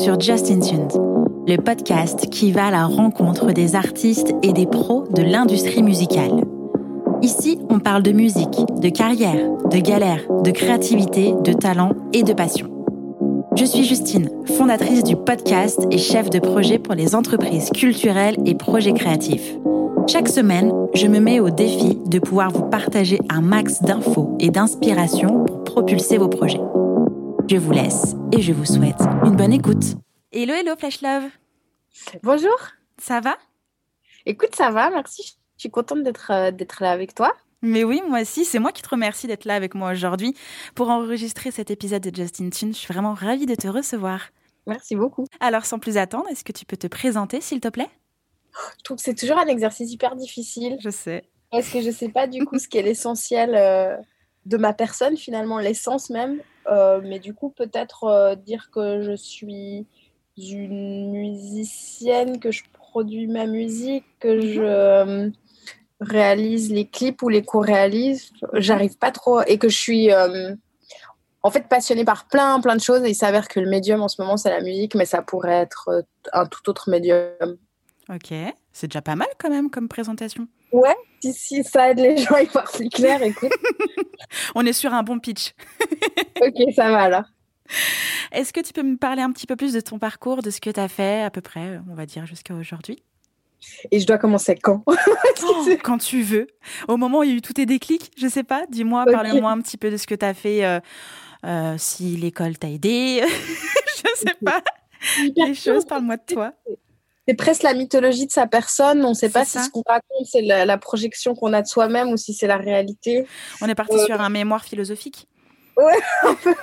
sur Just in Tunes, le podcast qui va à la rencontre des artistes et des pros de l'industrie musicale. Ici, on parle de musique, de carrière, de galère, de créativité, de talent et de passion. Je suis Justine, fondatrice du podcast et chef de projet pour les entreprises culturelles et projets créatifs. Chaque semaine, je me mets au défi de pouvoir vous partager un max d'infos et d'inspiration pour propulser vos projets. Je vous laisse et je vous souhaite une bonne écoute. Hello, hello Flash Love. Bonjour. Ça va ? Écoute, ça va, merci. Je suis contente d'être là avec toi. Mais oui, moi aussi, c'est moi qui te remercie d'être là avec moi aujourd'hui pour enregistrer cet épisode de Just in Tunes. Je suis vraiment ravie de te recevoir. Merci beaucoup. Alors, sans plus attendre, est-ce que tu peux te présenter, s'il te plaît ? Je trouve que c'est toujours un exercice hyper difficile. Je sais. Parce que je ne sais pas du coup ce qui est l'essentiel de ma personne, finalement, l'essence même. Mais du coup, peut-être dire que je suis une musicienne, que je produis ma musique, que je réalise les clips ou les co-réalise. J'arrive pas trop. Et que je suis en fait passionnée par plein de choses. Et il s'avère que le médium en ce moment, c'est la musique, mais ça pourrait être un tout autre médium. Ok, c'est déjà pas mal quand même comme présentation. Ouais, si ça aide les gens à y voir plus clair, écoute. On est sur un bon pitch. Ok, ça va alors. Est-ce que tu peux me parler un petit peu plus de ton parcours, de ce que tu as fait à peu près, on va dire, jusqu'à aujourd'hui ? Et je dois commencer quand ? Quand tu veux. Au moment où il y a eu tous tes déclics, je sais pas, dis-moi, Okay. Parle-moi un petit peu de ce que tu as fait, si l'école t'a aidé, je sais pas, les choses, parle-moi de toi. C'est presque la mythologie de sa personne, on ne sait pas ça. Si ce qu'on raconte c'est la projection qu'on a de soi-même ou si c'est la réalité. On est parti sur un mémoire philosophique. Ouais, un peu.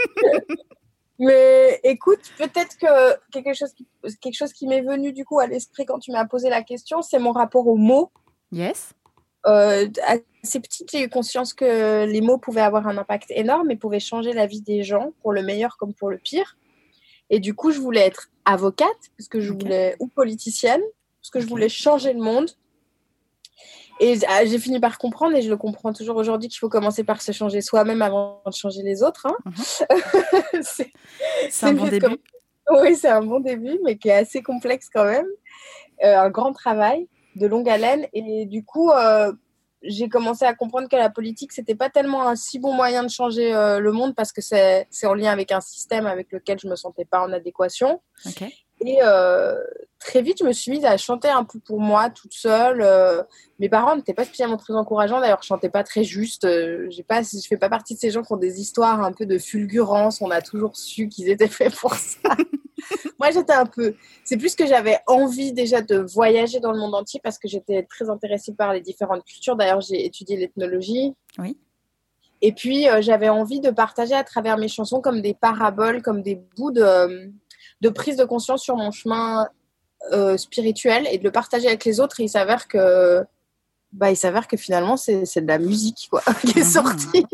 Mais écoute, peut-être que quelque chose qui m'est venu du coup à l'esprit quand tu m'as posé la question, c'est mon rapport aux mots. Yes. Assez petite, j'ai eu conscience que les mots pouvaient avoir un impact énorme et pouvaient changer la vie des gens, pour le meilleur comme pour le pire. Et du coup, je voulais être avocate, parce que je voulais, ou politicienne, parce que je voulais changer le monde. Et j'ai fini par comprendre, et je le comprends toujours aujourd'hui, qu'il faut commencer par se changer soi-même avant de changer les autres. Hein. C'est un bon début. Oui, c'est un bon début, mais qui est assez complexe quand même. Un grand travail de longue haleine. Et du coup, j'ai commencé à comprendre que la politique, c'était pas tellement un si bon moyen de changer le monde, parce que c'est en lien avec un système avec lequel je me sentais pas en adéquation. Okay. Et très vite, je me suis mise à chanter un peu pour moi, toute seule. Mes parents n'étaient pas spécialement très encourageants. D'ailleurs, je chantais pas très juste. Je fais pas partie de ces gens qui ont des histoires un peu de fulgurance. On a toujours su qu'ils étaient faits pour ça. Moi, j'étais un peu... C'est plus que j'avais envie déjà de voyager dans le monde entier, parce que j'étais très intéressée par les différentes cultures. D'ailleurs, j'ai étudié l'ethnologie. Oui. Et puis, j'avais envie de partager à travers mes chansons comme des paraboles, comme des bouts de prise de conscience sur mon chemin spirituel, et de le partager avec les autres. Et il s'avère que finalement, c'est de la musique quoi, qui est sortie.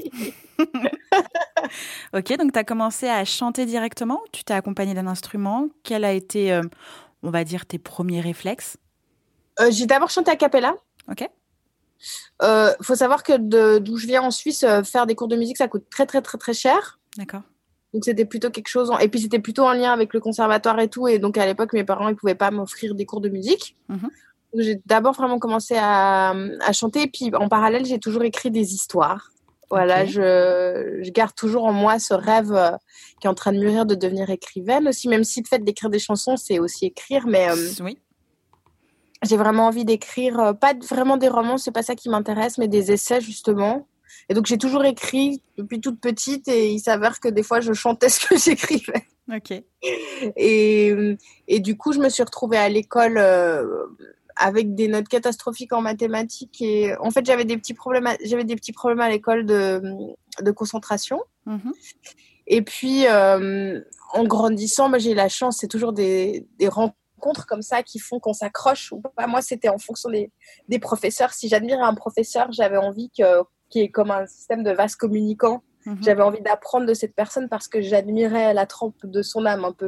Ok, donc tu as commencé à chanter directement ou tu t'es accompagnée d'un instrument ? Quel a été, on va dire, tes premiers réflexes ? J'ai d'abord chanté a cappella. Ok. Faut savoir que d'où je viens en Suisse, faire des cours de musique, ça coûte très, très, très, très cher. D'accord. Donc, c'était plutôt quelque chose... Et puis, c'était plutôt en lien avec le conservatoire et tout. Et donc, à l'époque, mes parents, ils pouvaient pas m'offrir des cours de musique. Donc, j'ai d'abord vraiment commencé à chanter. Et puis, en parallèle, j'ai toujours écrit des histoires. Voilà, okay. Je garde toujours en moi ce rêve qui est en train de mûrir de devenir écrivaine aussi, même si le fait d'écrire des chansons, c'est aussi écrire. Mais oui. J'ai vraiment envie d'écrire, pas vraiment des romans, c'est pas ça qui m'intéresse, mais des essais, justement. Et donc, j'ai toujours écrit depuis toute petite, et il s'avère que des fois, je chantais ce que j'écrivais. Ok. Et du coup, je me suis retrouvée à l'école avec des notes catastrophiques en mathématiques. Et en fait, j'avais des petits problèmes à l'école de concentration. Et puis, en grandissant, j'ai eu la chance, c'est toujours des rencontres comme ça qui font qu'on s'accroche ou pas. Moi, c'était en fonction des professeurs. Si j'admirais un professeur, j'avais envie qu'il y ait comme un système de vase communicant. J'avais envie d'apprendre de cette personne parce que j'admirais la trempe de son âme un peu.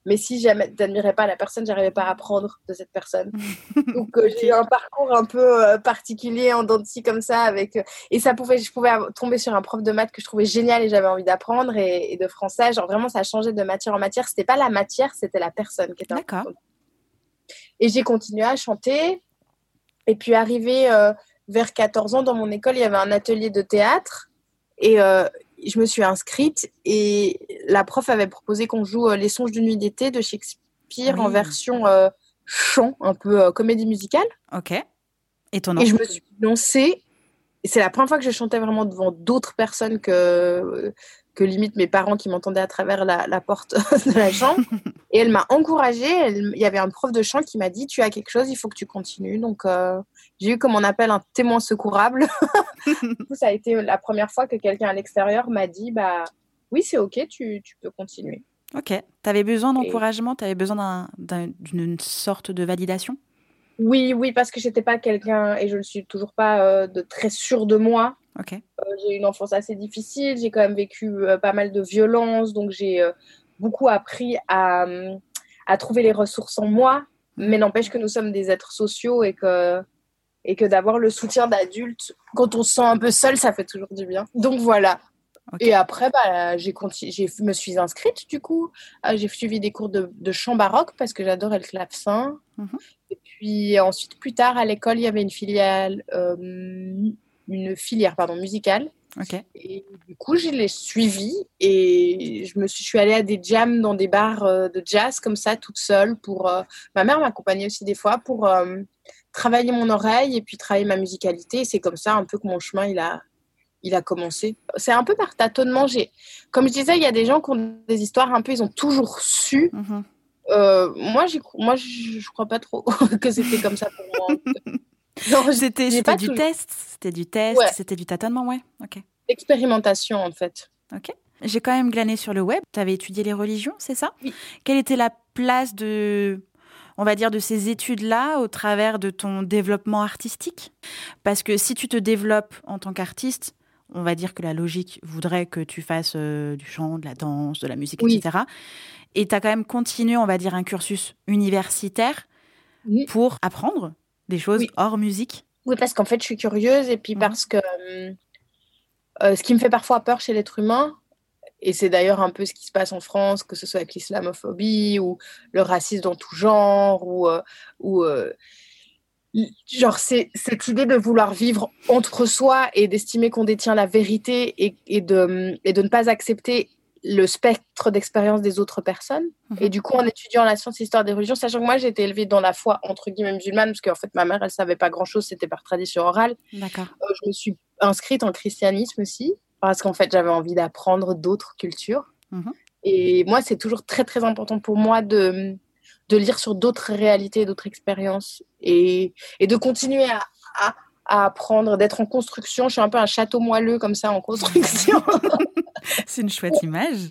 Mais si j'admirais pas la personne, j'arrivais pas à apprendre de cette personne. Donc j'ai eu un parcours un peu particulier en dents de scie comme ça et je pouvais tomber sur un prof de maths que je trouvais génial et j'avais envie d'apprendre et de français, genre vraiment ça changeait de matière en matière, c'était pas la matière, c'était la personne qui était importante. Et j'ai continué à chanter et puis arrivé vers 14 ans dans mon école, il y avait un atelier de théâtre et je me suis inscrite et la prof avait proposé qu'on joue Les Songes d'une nuit d'été de Shakespeare en version chant, un peu comédie musicale. Ok, étonnant. Et je me suis lancée. Et c'est la première fois que je chantais vraiment devant d'autres personnes que limite mes parents qui m'entendaient à travers la porte de la chambre. Et elle m'a encouragée. Il y avait un prof de chant qui m'a dit « Tu as quelque chose, il faut que tu continues. » Donc, j'ai eu, comme on appelle, un témoin secourable. Du coup, ça a été la première fois que quelqu'un à l'extérieur m'a dit « Oui, c'est OK, tu peux continuer. » Ok. Tu avais besoin d'encouragement, tu avais besoin d'une sorte de validation? Oui, parce que je n'étais pas quelqu'un, et je ne le suis toujours pas, de très sûre de moi. Okay. J'ai eu une enfance assez difficile, j'ai quand même vécu pas mal de violences, donc j'ai beaucoup appris à trouver les ressources en moi, mais n'empêche que nous sommes des êtres sociaux et que d'avoir le soutien d'adultes, quand on se sent un peu seul, ça fait toujours du bien. Donc voilà. Okay. Et après, je me suis inscrite du coup. J'ai suivi des cours de chant baroque parce que j'adorais le clavecin. Et puis ensuite, plus tard, à l'école, il y avait une filière musicale. Okay. Et du coup, je l'ai suivie et je suis allée à des jams dans des bars de jazz comme ça, toute seule. Ma mère m'accompagnait aussi des fois pour travailler mon oreille et puis travailler ma musicalité. Et c'est comme ça un peu que mon chemin, il a commencé. C'est un peu par tâtonnement. Comme je disais, il y a des gens qui ont des histoires un peu, ils ont toujours su. Moi, je crois pas trop que c'était comme ça pour moi. Non, c'était du test. C'était du test, ouais. C'était du tâtonnement, ouais. Ok. Expérimentation, en fait. Ok. J'ai quand même glané sur le web. Tu avais étudié les religions, c'est ça? Oui. Quelle était la place on va dire, de ces études-là au travers de ton développement artistique? Parce que si tu te développes en tant qu'artiste, on va dire que la logique voudrait que tu fasses du chant, de la danse, de la musique, oui. etc. Et tu as quand même continué, on va dire, un cursus universitaire pour apprendre des choses hors musique. Oui, parce qu'en fait, je suis curieuse et puis parce que ce qui me fait parfois peur chez l'être humain, et c'est d'ailleurs un peu ce qui se passe en France, que ce soit avec l'islamophobie ou le racisme dans tout genre, genre c'est cette idée de vouloir vivre entre soi et d'estimer qu'on détient la vérité et de ne pas accepter le spectre d'expérience des autres personnes. Et du coup, en étudiant la science, l'histoire des religions, sachant que moi, j'ai été élevée dans la foi, entre guillemets, musulmane, parce qu'en fait, ma mère, elle savait pas grand-chose, c'était par tradition orale. D'accord. Je me suis inscrite en christianisme aussi, parce qu'en fait, j'avais envie d'apprendre d'autres cultures. Et moi, c'est toujours très, très important pour moi de lire sur d'autres réalités, d'autres expériences, et de continuer à apprendre, d'être en construction. Je suis un peu un château moelleux, comme ça, en construction. C'est une chouette image.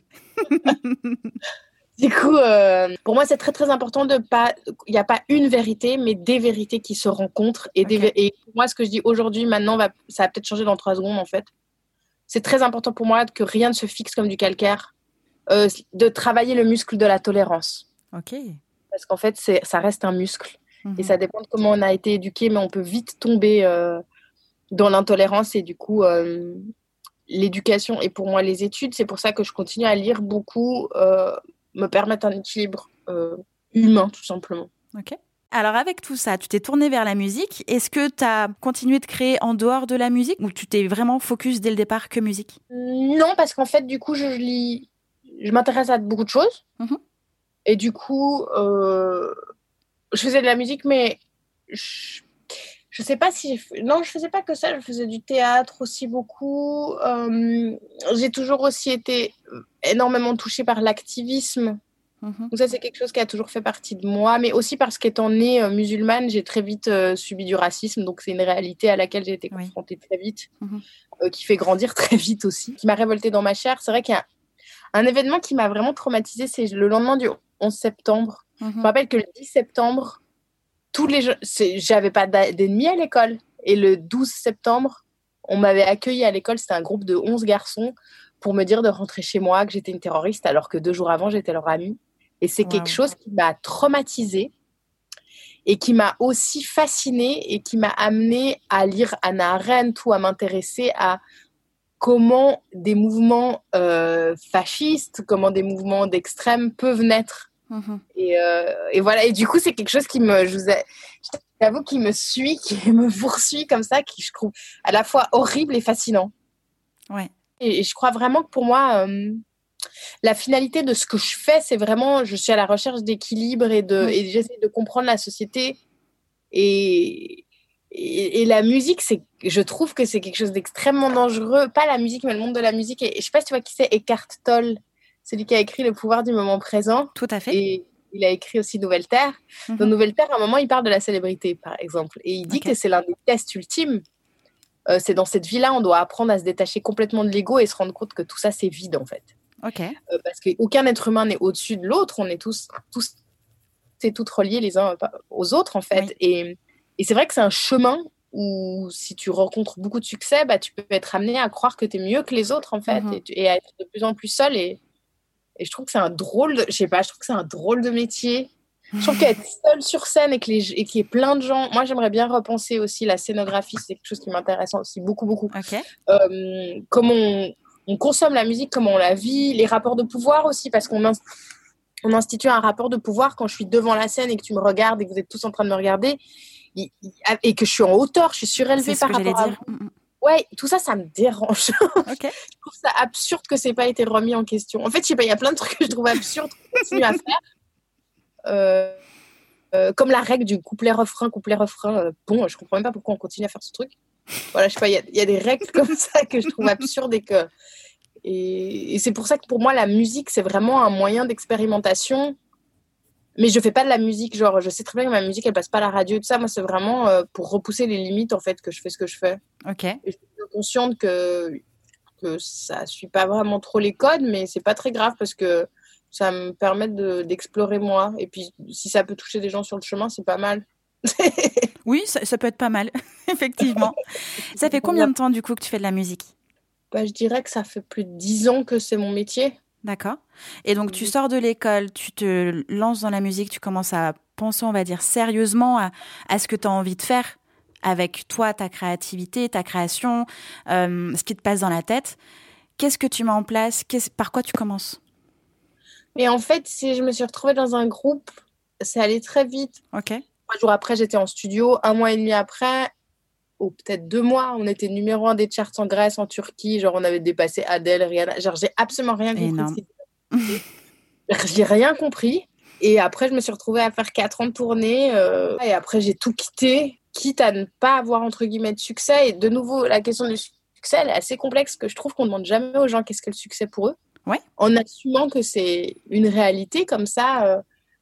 Du coup, pour moi, c'est très, très important il n'y a pas une vérité, mais des vérités qui se rencontrent. Et pour moi, ce que je dis aujourd'hui, maintenant, ça va peut-être changer dans 3 secondes, en fait. C'est très important pour moi que rien ne se fixe comme du calcaire, de travailler le muscle de la tolérance. Ok. Parce qu'en fait, ça reste un muscle. Et ça dépend de comment on a été éduqué, mais on peut vite tomber dans l'intolérance. Et du coup, l'éducation et pour moi les études, c'est pour ça que je continue à lire beaucoup, me permettent un équilibre humain, tout simplement. Ok. Alors avec tout ça, tu t'es tournée vers la musique. Est-ce que tu as continué de créer en dehors de la musique ou tu t'es vraiment focus dès le départ que musique? Non, parce qu'en fait, du coup, je m'intéresse à beaucoup de choses. Et du coup, je faisais de la musique, mais je sais pas si... Non, je faisais pas que ça. Je faisais du théâtre aussi beaucoup. J'ai toujours aussi été énormément touchée par l'activisme. Donc ça, c'est quelque chose qui a toujours fait partie de moi. Mais aussi parce qu'étant née musulmane, j'ai très vite subi du racisme. Donc c'est une réalité à laquelle j'ai été confrontée très vite, qui fait grandir très vite aussi, qui m'a révoltée dans ma chair. C'est vrai qu'il y a un événement qui m'a vraiment traumatisée. C'est le lendemain du 11 septembre. Je me rappelle que le 10 septembre, j'avais pas d'ennemis à l'école. Et le 12 septembre, on m'avait accueilli à l'école, c'était un groupe de 11 garçons, pour me dire de rentrer chez moi, que j'étais une terroriste, alors que 2 jours avant, j'étais leur amie. Et c'est quelque chose qui m'a traumatisée et qui m'a aussi fascinée et qui m'a amenée à lire Hannah Arendt ou à m'intéresser à comment des mouvements fascistes, comment des mouvements d'extrême peuvent naître. Et voilà, et du coup, c'est quelque chose qui j'avoue, qui me suit, qui me poursuit comme ça, qui je trouve à la fois horrible et fascinant. Ouais. Et je crois vraiment que pour moi, la finalité de ce que je fais, c'est vraiment, je suis à la recherche d'équilibre et j'essaie de comprendre la société. Et la musique, je trouve que c'est quelque chose d'extrêmement dangereux. Pas la musique, mais le monde de la musique. Et je sais pas si tu vois qui c'est, Eckhart Tolle, celui qui a écrit Le pouvoir du moment présent. Tout à fait. Et il a écrit aussi Nouvelle Terre. Dans Nouvelle Terre, à un moment, il parle de la célébrité, par exemple. Et il dit que c'est l'un des tests ultimes. C'est dans cette vie-là, on doit apprendre à se détacher complètement de l'ego et se rendre compte que tout ça, c'est vide, en fait. Parce qu'aucun être humain n'est au-dessus de l'autre. On est tous et toutes reliés les uns aux autres, en fait. Oui. Et c'est vrai que c'est un chemin où, si tu rencontres beaucoup de succès, tu peux être amené à croire que tu es mieux que les autres, en fait, et à être de plus en plus seul. Et je trouve que c'est un drôle de métier. Je trouve qu'être seul sur scène et qu'il y ait plein de gens... Moi, j'aimerais bien repenser aussi la scénographie. C'est quelque chose qui m'intéresse aussi beaucoup, beaucoup. Comment on consomme la musique, comment on la vit, les rapports de pouvoir aussi, parce qu'on institue un rapport de pouvoir quand je suis devant la scène et que tu me regardes et que vous êtes tous en train de me regarder et que je suis en hauteur, je suis surélevée par rapport à vous. Ouais, tout ça, ça me dérange. Je trouve ça absurde que ça n'ait pas été remis en question. En fait, je sais pas, il y a plein de trucs que je trouve absurdes qu'on continue à faire. Comme la règle du couplet-refrain. Bon, je comprends même pas pourquoi on continue à faire ce truc. Voilà, je sais pas, il y a des règles comme ça que je trouve absurdes et c'est pour ça que pour moi, la musique, c'est vraiment un moyen d'expérimentation. Mais je fais pas de la musique, genre, je sais très bien que ma musique, elle passe pas à la radio et tout ça. Moi, c'est vraiment pour repousser les limites, en fait, que je fais ce que je fais. Et je suis consciente que ça suit pas vraiment trop les codes, mais c'est pas très grave parce que ça me permet d'explorer moi. Et puis, si ça peut toucher des gens sur le chemin, c'est pas mal. Oui, ça peut être pas mal, effectivement. Ça fait combien de temps, du coup, que tu fais de la musique ? Je dirais que ça fait plus de 10 ans que c'est mon métier. D'accord. Et donc, tu sors de l'école, tu te lances dans la musique, tu commences à penser, on va dire, sérieusement à ce que tu as envie de faire avec toi, ta créativité, ta création, ce qui te passe dans la tête. Qu'est-ce que tu mets en place ? Par quoi tu commences ? Mais en fait, si je me suis retrouvée dans un groupe, c'est allé très vite. 3 jours après, j'étais en studio. 1 mois et demi après, ou peut-être 2 mois, on était numéro 1 des charts en Grèce, en Turquie. Genre, on avait dépassé Adèle, Rihanna. Genre, j'ai absolument rien compris. J'ai rien compris. Et après, je me suis retrouvée à faire 4 ans de tournée. Et après, j'ai tout quitté, quitte à ne pas avoir, entre guillemets, de succès. Et de nouveau, la question du succès, elle est assez complexe, que je trouve qu'on ne demande jamais aux gens qu'est-ce que le succès pour eux. En assumant que c'est une réalité comme ça.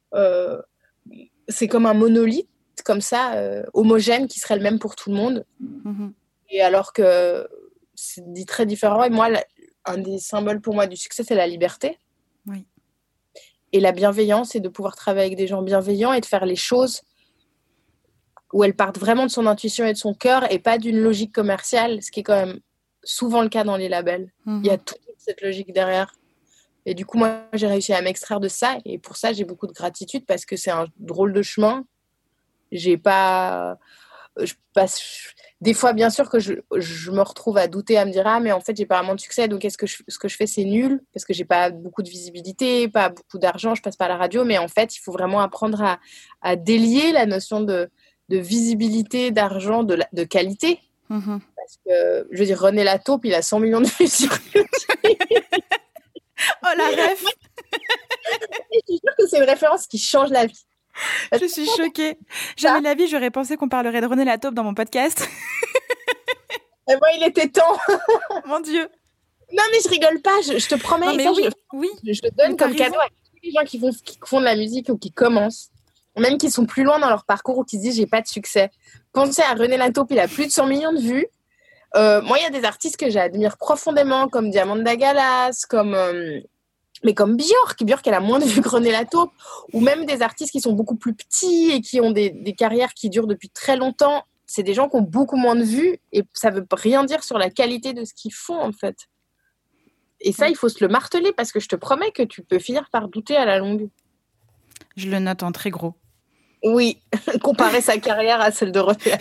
C'est comme un monolithe, comme ça, homogène, qui serait le même pour tout le monde. Et alors que c'est dit très différent. Et moi, un des symboles pour moi du succès, c'est la liberté. Et la bienveillance, et de pouvoir travailler avec des gens bienveillants et de faire les choses où elles partent vraiment de son intuition et de son cœur et pas d'une logique commerciale, ce qui est quand même souvent le cas dans les labels. Il y a toute cette logique derrière. Et du coup, moi, j'ai réussi à m'extraire de ça. Et pour ça, j'ai beaucoup de gratitude parce que c'est un drôle de chemin. J'ai pas... Des fois, bien sûr, que je me retrouve à douter, à me dire « Ah, mais en fait, j'ai pas vraiment de succès, donc ce que je fais, c'est nul, parce que j'ai pas beaucoup de visibilité, pas beaucoup d'argent, je passe pas à la radio. » Mais en fait, il faut vraiment apprendre à délier la notion de visibilité, d'argent, de qualité. Parce que, je veux dire, René Lataupe, il a 100 millions de vues sur YouTube. Oh, la ref. Je suis sûre que c'est une référence qui change la vie. Je suis choquée. Jamais de la vie, j'aurais pensé qu'on parlerait de René Lataupe dans mon podcast. Et moi, il était temps. Mon Dieu. Non, mais je rigole pas, je te promets. Non, mais ça, oui. Je le donne comme cadeau à tous les gens qui font de la musique ou qui commencent, même qui sont plus loin dans leur parcours ou qui se disent « j'ai pas de succès ». Pensez à René Lataupe, il a plus de 100 millions de vues. Moi, il y a des artistes que j'admire profondément, comme Diamanda Galas, mais comme Björk, elle a moins de vues que René Lataupe, ou même des artistes qui sont beaucoup plus petits et qui ont des carrières qui durent depuis très longtemps. C'est des gens qui ont beaucoup moins de vues et ça veut rien dire sur la qualité de ce qu'ils font, en fait. Et ça, il faut se le marteler parce que je te promets que tu peux finir par douter à la longue. Je le note en très gros. Oui, comparer sa carrière à celle de Rothschild.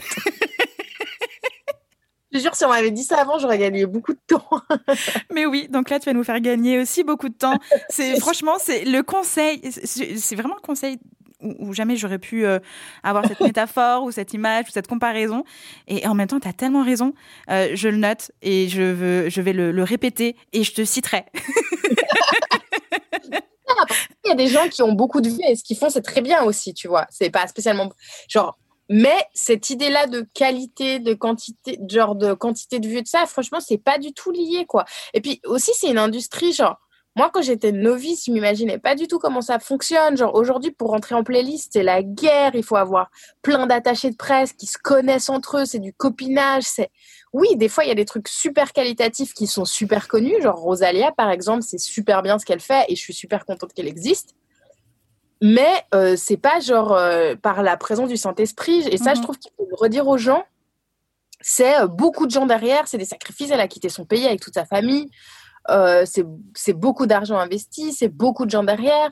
Je jure, si on m'avait dit ça avant, j'aurais gagné beaucoup de temps. Mais oui, donc là, tu vas nous faire gagner aussi beaucoup de temps. Franchement, c'est le conseil, c'est vraiment le conseil où jamais j'aurais pu avoir cette métaphore ou cette image ou cette comparaison. Et en même temps, tu as tellement raison. Je le note et je vais le répéter et je te citerai. Il y a des gens qui ont beaucoup de vues et ce qu'ils font, c'est très bien aussi, tu vois. C'est pas spécialement... Genre, mais cette idée-là de qualité, de quantité, genre de quantité de vues de ça, franchement, c'est pas du tout lié, quoi. Et puis aussi, c'est une industrie, genre... Moi, quand j'étais novice, je m'imaginais pas du tout comment ça fonctionne. Genre, aujourd'hui, pour rentrer en playlist, c'est la guerre. Il faut avoir plein d'attachés de presse qui se connaissent entre eux. C'est du copinage. Oui, des fois, il y a des trucs super qualitatifs qui sont super connus. Genre, Rosalia, par exemple, c'est super bien ce qu'elle fait et je suis super contente qu'elle existe. Mais c'est pas genre par la présence du Saint-Esprit. Et ça, je trouve qu'il faut le redire aux gens. C'est beaucoup de gens derrière. C'est des sacrifices. Elle a quitté son pays avec toute sa famille. C'est beaucoup d'argent investi, c'est beaucoup de gens derrière.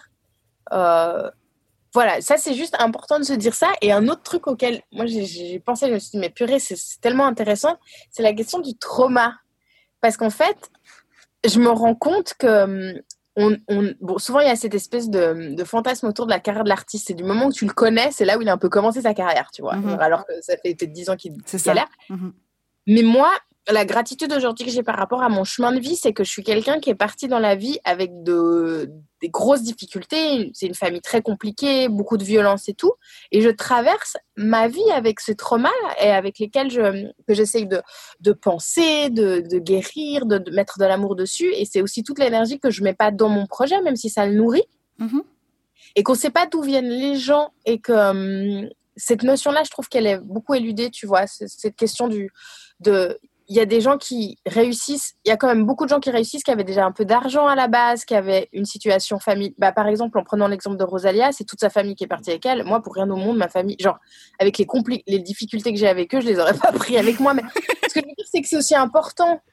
Voilà, ça c'est juste important de se dire ça. Et un autre truc auquel moi j'ai pensé, je me suis dit mais purée, c'est tellement intéressant, c'est la question du trauma. Parce qu'en fait, je me rends compte que bon, souvent il y a cette espèce de fantasme autour de la carrière de l'artiste. C'est du moment où tu le connais, c'est là où il a un peu commencé sa carrière, tu vois. Alors que ça fait peut-être 10 ans qu'il galère. Mais moi, la gratitude aujourd'hui que j'ai par rapport à mon chemin de vie, c'est que je suis quelqu'un qui est parti dans la vie avec des grosses difficultés. C'est une famille très compliquée, beaucoup de violence et tout. Et je traverse ma vie avec ce trauma et avec lesquels que j'essaye de penser, de guérir, de mettre de l'amour dessus. Et c'est aussi toute l'énergie que je mets pas dans mon projet, même si ça le nourrit. Et qu'on sait pas d'où viennent les gens et que cette notion-là, je trouve qu'elle est beaucoup éludée, tu vois. Cette question il y a des gens qui réussissent, il y a quand même beaucoup de gens qui réussissent, qui avaient déjà un peu d'argent à la base, qui avaient une situation familiale. Bah, par exemple, en prenant l'exemple de Rosalia, c'est toute sa famille qui est partie avec elle. Moi, pour rien au monde, ma famille, genre, avec les difficultés que j'ai avec eux, je les aurais pas pris avec moi. Mais ce que je veux dire, c'est que c'est aussi important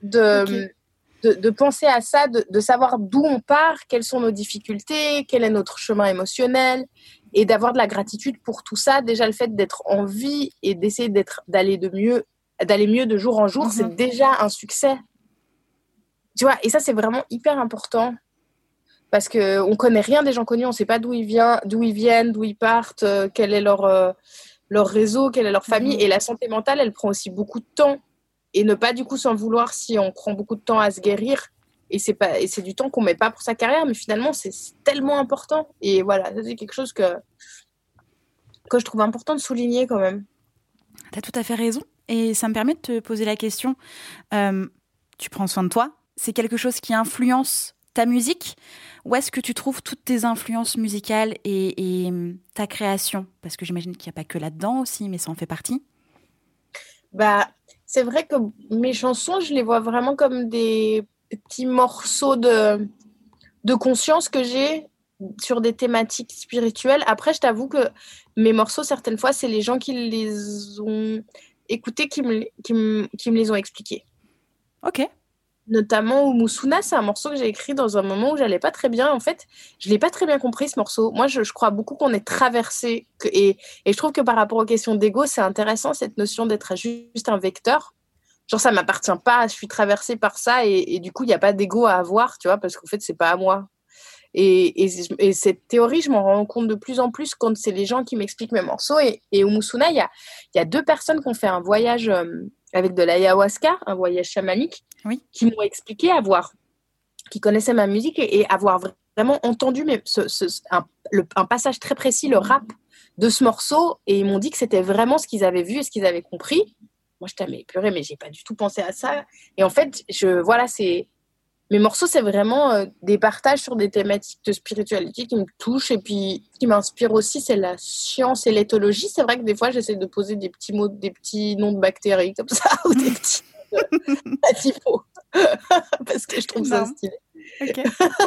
de penser à ça, de savoir d'où on part, quelles sont nos difficultés, quel est notre chemin émotionnel, et d'avoir de la gratitude pour tout ça. Déjà, le fait d'être en vie et d'essayer d'aller mieux de jour en jour, c'est déjà un succès. Tu vois, et ça, c'est vraiment hyper important. Parce qu'on ne connaît rien des gens connus, on ne sait pas d'où ils viennent, d'où ils partent, quel est leur réseau, quelle est leur famille. Et la santé mentale, elle prend aussi beaucoup de temps. Et ne pas du coup s'en vouloir si on prend beaucoup de temps à se guérir. Et c'est du temps qu'on ne met pas pour sa carrière, mais finalement, c'est tellement important. Et voilà, ça, c'est quelque chose que je trouve important de souligner quand même. Tu as tout à fait raison. Et ça me permet de te poser la question, tu prends soin de toi, c'est quelque chose qui influence ta musique? Où est-ce que tu trouves toutes tes influences musicales et ta création? Parce que j'imagine qu'il n'y a pas que là-dedans aussi, mais ça en fait partie. Bah, c'est vrai que mes chansons, je les vois vraiment comme des petits morceaux de conscience que j'ai sur des thématiques spirituelles. Après, je t'avoue que mes morceaux, certaines fois, c'est les gens qui les ont écoutés qui me les ont expliqués. Ok. Notamment Umusuna, c'est un morceau que j'ai écrit dans un moment où j'allais pas très bien. En fait, je l'ai pas très bien compris, ce morceau. Moi, je crois beaucoup qu'on est traversé. Et je trouve que par rapport aux questions d'ego, c'est intéressant cette notion d'être juste un vecteur. Genre, ça m'appartient pas, je suis traversée par ça et du coup, il n'y a pas d'ego à avoir, tu vois, parce qu'en fait, c'est pas à moi. Et cette théorie, je m'en rends compte de plus en plus quand c'est les gens qui m'expliquent mes morceaux. Et Umusuna, il y a 2 personnes qui ont fait un voyage avec de l'ayahuasca, un voyage chamanique, qui m'ont expliqué qui connaissaient ma musique et avoir vraiment entendu un passage très précis, le rap de ce morceau. Et ils m'ont dit que c'était vraiment ce qu'ils avaient vu et ce qu'ils avaient compris. Moi, j'étais, mais purée, mais j'ai pas du tout pensé à ça. Et en fait, mes morceaux, c'est vraiment des partages sur des thématiques de spiritualité qui me touchent. Et puis, ce qui m'inspire aussi, c'est la science et l'éthologie. C'est vrai que des fois, j'essaie de poser des petits mots, des petits noms de bactéries comme ça, ou des petits animaux. Parce que je trouve ça stylé. Okay.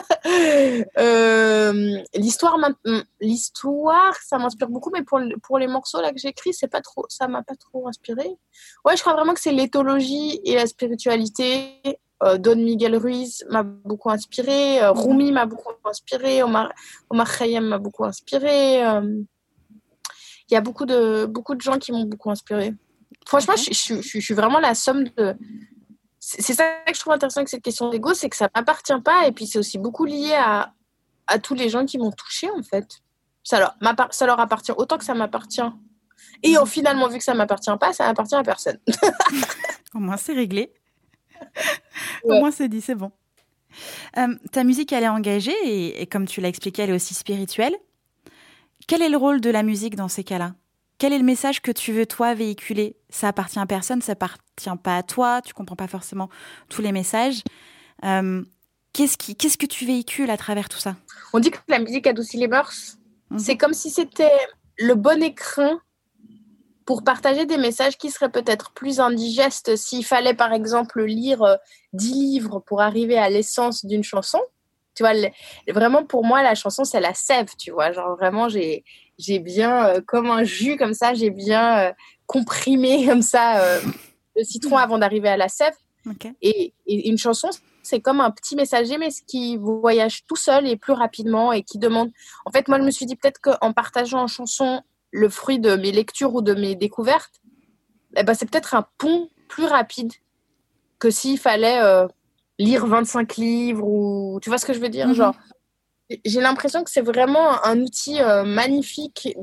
L'histoire, ça m'inspire beaucoup, mais pour les morceaux là que j'écris, ça m'a pas trop inspiré. Ouais, je crois vraiment que c'est l'éthologie et la spiritualité. Don Miguel Ruiz m'a beaucoup inspiré, Rumi m'a beaucoup inspiré, Omar Khayyam m'a beaucoup inspiré. Il y a beaucoup de gens qui m'ont beaucoup inspiré. Franchement, je suis vraiment la somme de... C'est ça que je trouve intéressant avec cette question d'ego, c'est que ça ne m'appartient pas, et puis c'est aussi beaucoup lié à tous les gens qui m'ont touchée, en fait. Ça leur appartient autant que ça m'appartient. Et finalement, vu que ça ne m'appartient pas, ça n'appartient à personne. Au moins, c'est réglé. Ouais. Au moins, c'est dit, c'est bon. Ta musique, elle est engagée et comme tu l'as expliqué, elle est aussi spirituelle. Quel est le rôle de la musique dans ces cas-là ? Quel est le message que tu veux, toi, véhiculer ? Ça appartient à personne, ça appartient pas à toi, tu comprends pas forcément tous les messages. Qu'est-ce que tu véhicules à travers tout ça ? On dit que la musique adoucit les mœurs. C'est comme si c'était le bon écrin pour partager des messages qui seraient peut-être plus indigestes s'il fallait, par exemple, lire 10 livres pour arriver à l'essence d'une chanson. Tu vois, vraiment, pour moi, la chanson, c'est la sève, tu vois. Genre, vraiment, j'ai bien, comme un jus, comme ça, j'ai bien comprimé, comme ça, le citron avant d'arriver à la sève. Okay. Et une chanson, c'est comme un petit messager, mais ce qui voyage tout seul et plus rapidement et qui demande... En fait, moi, je me suis dit peut-être qu'en partageant en chanson le fruit de mes lectures ou de mes découvertes, c'est peut-être un pont plus rapide que s'il fallait lire 25 livres ou... Tu vois ce que je veux dire ? Genre, j'ai l'impression que c'est vraiment un outil magnifique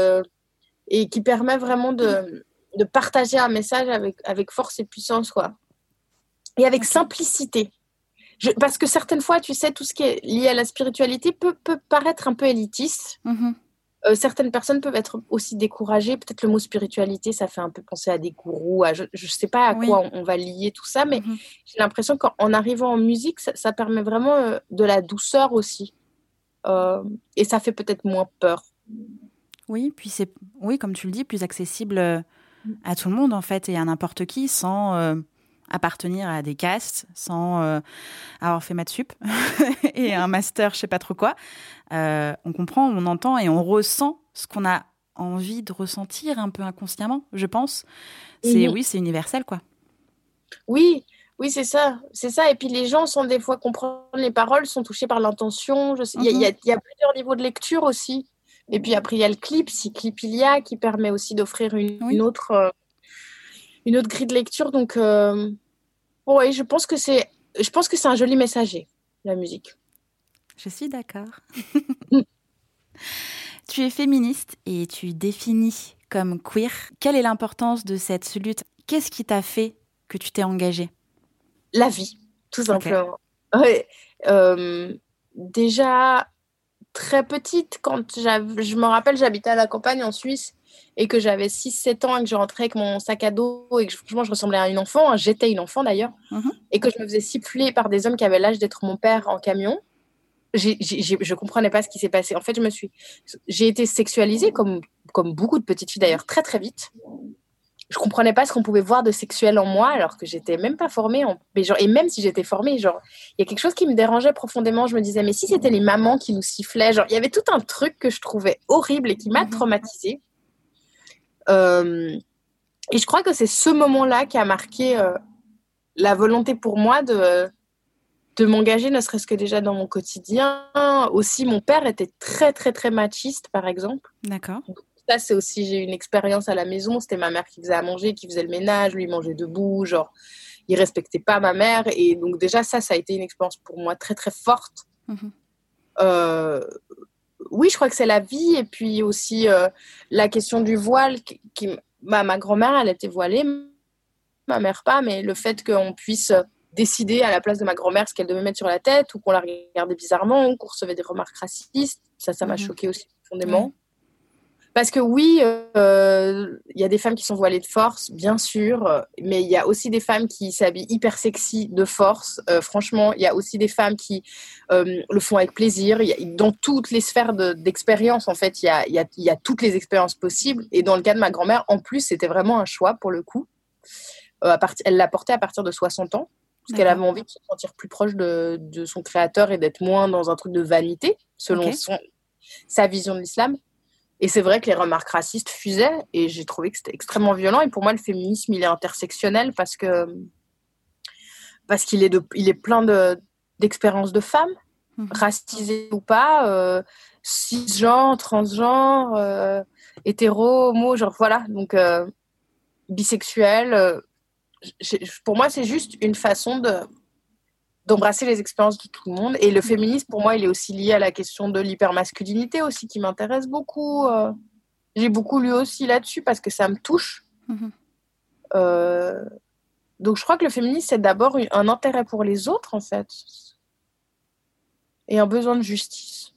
et qui permet vraiment de partager un message avec force et puissance, quoi. Et avec simplicité. Parce que certaines fois, tu sais, tout ce qui est lié à la spiritualité peut paraître un peu élitiste. Certaines personnes peuvent être aussi découragées. Peut-être le mot spiritualité, ça fait un peu penser à des gourous. Je ne sais pas à quoi on va lier tout ça, mais j'ai l'impression qu'en arrivant en musique, ça permet vraiment de la douceur aussi. Et ça fait peut-être moins peur. Oui, puis comme tu le dis, plus accessible à tout le monde, en fait, et à n'importe qui, sans appartenir à des castes, sans avoir fait maths sup et un master, je sais pas trop quoi. On comprend, on entend et on ressent ce qu'on a envie de ressentir un peu inconsciemment, je pense. Oui, c'est universel, quoi. Oui, c'est ça. C'est ça. Et puis les gens sont des fois comprennent les paroles, sont touchés par l'intention. Il y a plusieurs niveaux de lecture aussi. Et puis après, il y a le clip, si clip il y a, qui permet aussi d'offrir une autre grille de lecture. Donc, je pense que c'est un joli messager, la musique. Je suis d'accord. Tu es féministe et tu définis comme queer. Quelle est l'importance de cette lutte ? Qu'est-ce qui t'a fait que tu t'es engagée ? La vie, tout simplement. Okay. Ouais. Déjà, très petite, je me rappelle, j'habitais à la campagne en Suisse et que j'avais 6-7 ans et que je rentrais avec mon sac à dos et que franchement, je ressemblais à une enfant. J'étais une enfant d'ailleurs. Et que je me faisais siffler par des hommes qui avaient l'âge d'être mon père en camion. Je comprenais pas ce qui s'est passé. En fait, j'ai été sexualisée comme beaucoup de petites filles d'ailleurs très très vite. Je comprenais pas ce qu'on pouvait voir de sexuel en moi alors que j'étais même pas formée et même si j'étais formée, il y a quelque chose qui me dérangeait profondément. Je me disais mais si c'était les mamans qui nous sifflaient, il y avait tout un truc que je trouvais horrible et qui m'a traumatisée. Et je crois que c'est ce moment-là qui a marqué la volonté pour moi de m'engager, ne serait-ce que déjà dans mon quotidien. Aussi, mon père était très, très, très machiste, par exemple. D'accord. Donc, ça, c'est aussi, j'ai eu une expérience à la maison. C'était ma mère qui faisait à manger, qui faisait le ménage. Lui, il mangeait debout. Il respectait pas ma mère. Et donc, déjà, ça a été une expérience pour moi très, très forte. Oui, je crois que c'est la vie. Et puis aussi, la question du voile. Ma grand-mère, elle était voilée. Ma mère pas. Mais le fait qu'on puisse décider à la place de ma grand-mère ce qu'elle devait mettre sur la tête ou qu'on la regardait bizarrement ou qu'on recevait des remarques racistes, ça m'a choquée aussi profondément. Parce que oui, y a des femmes qui sont voilées de force, bien sûr, mais il y a aussi des femmes qui s'habillent hyper sexy de force. Franchement, il y a aussi des femmes qui le font avec plaisir. Dans toutes les sphères d'expérience, en fait, il y a toutes les expériences possibles. Et dans le cas de ma grand-mère, en plus, c'était vraiment un choix pour le coup. Elle l'a porté à partir de 60 ans. Parce qu'elle avait envie de se sentir plus proche de son créateur et d'être moins dans un truc de vanité, selon sa vision de l'islam. Et c'est vrai que les remarques racistes fusaient et j'ai trouvé que c'était extrêmement violent. Et pour moi, le féminisme, il est intersectionnel parce que parce il est plein d'expériences de femmes, racisées ou pas, cisgenres, transgenres, hétéro, homo, genre voilà. Donc, bisexuel. Pour moi, c'est juste une façon d'embrasser les expériences de tout le monde. Et le féminisme, pour moi, il est aussi lié à la question de l'hypermasculinité aussi, qui m'intéresse beaucoup. J'ai beaucoup lu aussi là-dessus parce que ça me touche. Donc, je crois que le féminisme, c'est d'abord un intérêt pour les autres, en fait. Et un besoin de justice.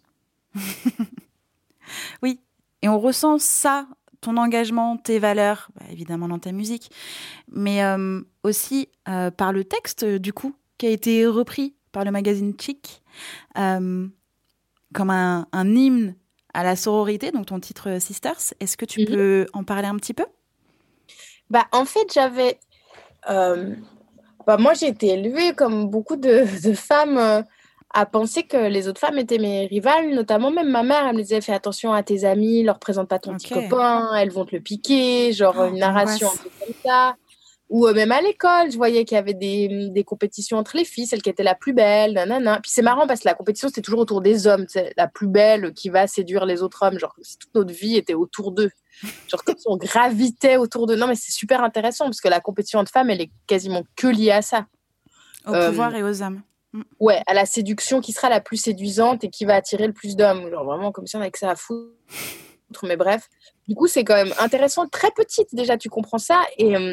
Oui, et on ressent ça, ton engagement, tes valeurs, évidemment dans ta musique, mais aussi par le texte, du coup, qui a été repris par le magazine Chic, comme un hymne à la sororité, donc ton titre Sisters. Est-ce que tu peux en parler un petit peu ? En fait, moi, j'ai été élevée comme beaucoup de femmes à penser que les autres femmes étaient mes rivales, notamment même ma mère, elle me disait fais attention à tes amis, leur présente pas ton petit copain, elles vont te le piquer, genre une narration un peu comme ça. Ou même à l'école, je voyais qu'il y avait des compétitions entre les filles, celle qui était la plus belle, nanana. Puis c'est marrant parce que la compétition, c'était toujours autour des hommes, la plus belle qui va séduire les autres hommes, genre si toute notre vie était autour d'eux. Genre comme si on gravitait autour d'eux. Non, mais c'est super intéressant parce que la compétition entre femmes, elle est quasiment que liée à ça. Au pouvoir et aux hommes. Ouais, à la séduction qui sera la plus séduisante et qui va attirer le plus d'hommes. Genre vraiment comme si on avait que ça à foutre. Mais bref, du coup, c'est quand même intéressant. Très petite déjà, tu comprends ça.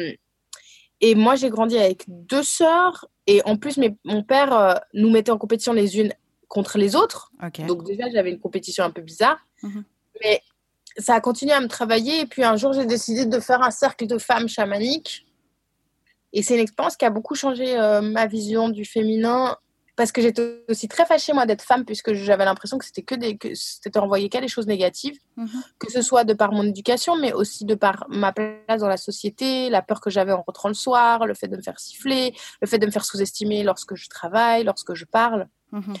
Et moi, j'ai grandi avec 2 sœurs. Et en plus, mon père nous mettait en compétition les unes contre les autres. Donc déjà, j'avais une compétition un peu bizarre. Mais ça a continué à me travailler. Et puis un jour, j'ai décidé de faire un cercle de femmes chamaniques. Et c'est une expérience qui a beaucoup changé ma vision du féminin. Parce que j'étais aussi très fâchée, moi, d'être femme, puisque j'avais l'impression que c'était envoyé qu'à des choses négatives, que ce soit de par mon éducation, mais aussi de par ma place dans la société, la peur que j'avais en rentrant le soir, le fait de me faire siffler, le fait de me faire sous-estimer lorsque je travaille, lorsque je parle.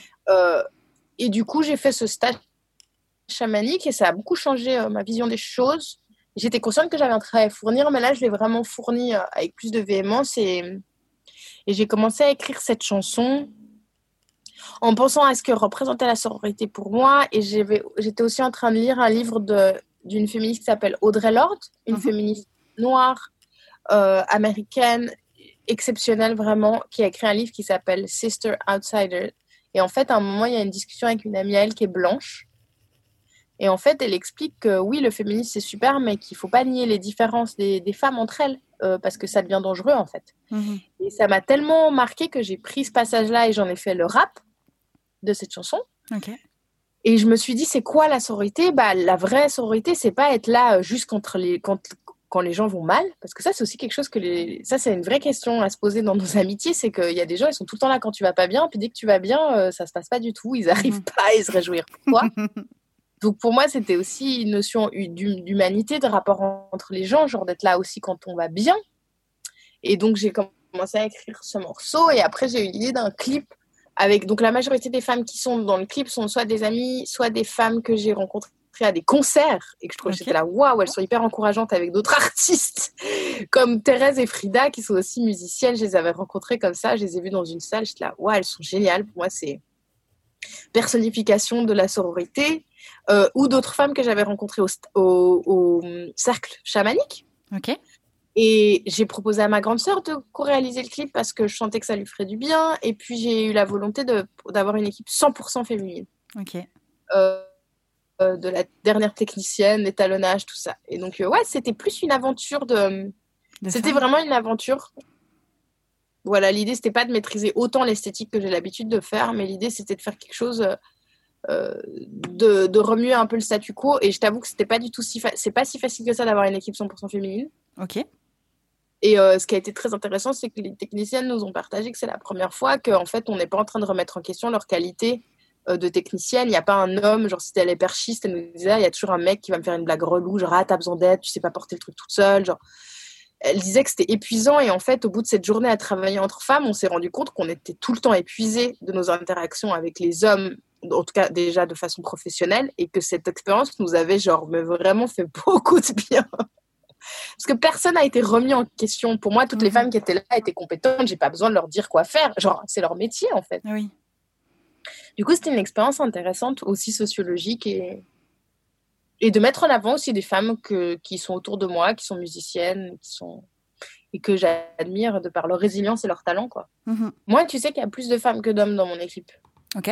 Et du coup, j'ai fait ce stage chamanique et ça a beaucoup changé ma vision des choses. J'étais consciente que j'avais un travail à fournir, mais là, je l'ai vraiment fourni avec plus de véhémence et j'ai commencé à écrire cette chanson en pensant à ce que représentait la sororité pour moi. Et j'étais aussi en train de lire un livre d'une féministe qui s'appelle Audre Lorde, une féministe noire, américaine, exceptionnelle vraiment, qui a écrit un livre qui s'appelle Sister Outsider. Et en fait, à un moment, il y a une discussion avec une amie à elle qui est blanche. Et en fait, elle explique que oui, le féminisme, c'est super, mais qu'il ne faut pas nier les différences des femmes entre elles, parce que ça devient dangereux, en fait. Et ça m'a tellement marqué que j'ai pris ce passage-là et j'en ai fait le rap de cette chanson. Et je me suis dit, c'est quoi la sororité ? La vraie sororité, c'est pas être là juste quand les gens vont mal, parce que ça, c'est aussi quelque chose ça, c'est une vraie question à se poser dans nos amitiés, c'est qu'il y a des gens, ils sont tout le temps là quand tu vas pas bien, puis dès que tu vas bien, ça se passe pas du tout, ils arrivent pas à se réjouir pour toi. Donc pour moi, c'était aussi une notion d'humanité, de rapport entre les gens, genre d'être là aussi quand on va bien. Et donc j'ai commencé à écrire ce morceau, et après j'ai eu l'idée d'un clip avec, donc la majorité des femmes qui sont dans le clip sont soit des amies, soit des femmes que j'ai rencontrées à des concerts et que je trouvais que j'étais là, waouh, elles sont hyper encourageantes avec d'autres artistes comme Thérèse et Frida qui sont aussi musiciennes. Je les avais rencontrées comme ça, je les ai vues dans une salle, j'étais là, waouh, elles sont géniales. Pour moi, c'est personnification de la sororité. Ou d'autres femmes que j'avais rencontrées au cercle chamanique. Et j'ai proposé à ma grande sœur de co-réaliser le clip parce que je sentais que ça lui ferait du bien. Et puis, j'ai eu la volonté d'avoir une équipe 100% féminine. De la dernière technicienne, l'étalonnage, tout ça. Et donc, ouais, c'était plus une aventure c'était vraiment une aventure. Voilà, l'idée, c'était pas de maîtriser autant l'esthétique que j'ai l'habitude de faire, mais l'idée, c'était de faire quelque chose... de remuer un peu le statu quo. Et je t'avoue que c'était pas du tout c'est pas si facile que ça d'avoir une équipe 100% féminine. Et ce qui a été très intéressant, c'est que les techniciennes nous ont partagé que c'est la première fois qu'en fait, on n'est pas en train de remettre en question leur qualité de technicienne. Il n'y a pas un homme, genre si elle est perchiste, elle nous disait, il y a toujours un mec qui va me faire une blague relou, genre, ah, t'as besoin d'aide, tu sais pas porter le truc toute seule, genre. Elle disait que c'était épuisant et en fait, au bout de cette journée à travailler entre femmes, on s'est rendu compte qu'on était tout le temps épuisés de nos interactions avec les hommes, en tout cas déjà de façon professionnelle, et que cette expérience nous avait genre mais vraiment fait beaucoup de bien. Parce que personne n'a été remis en question. Pour moi, toutes les femmes qui étaient là étaient compétentes. J'ai pas besoin de leur dire quoi faire. Genre, c'est leur métier, en fait. Oui. Du coup, c'était une expérience intéressante, aussi sociologique et de mettre en avant aussi des femmes qui sont autour de moi, qui sont musiciennes, et que j'admire de par leur résilience et leur talent, quoi. Moi, tu sais qu'il y a plus de femmes que d'hommes dans mon équipe. Ok.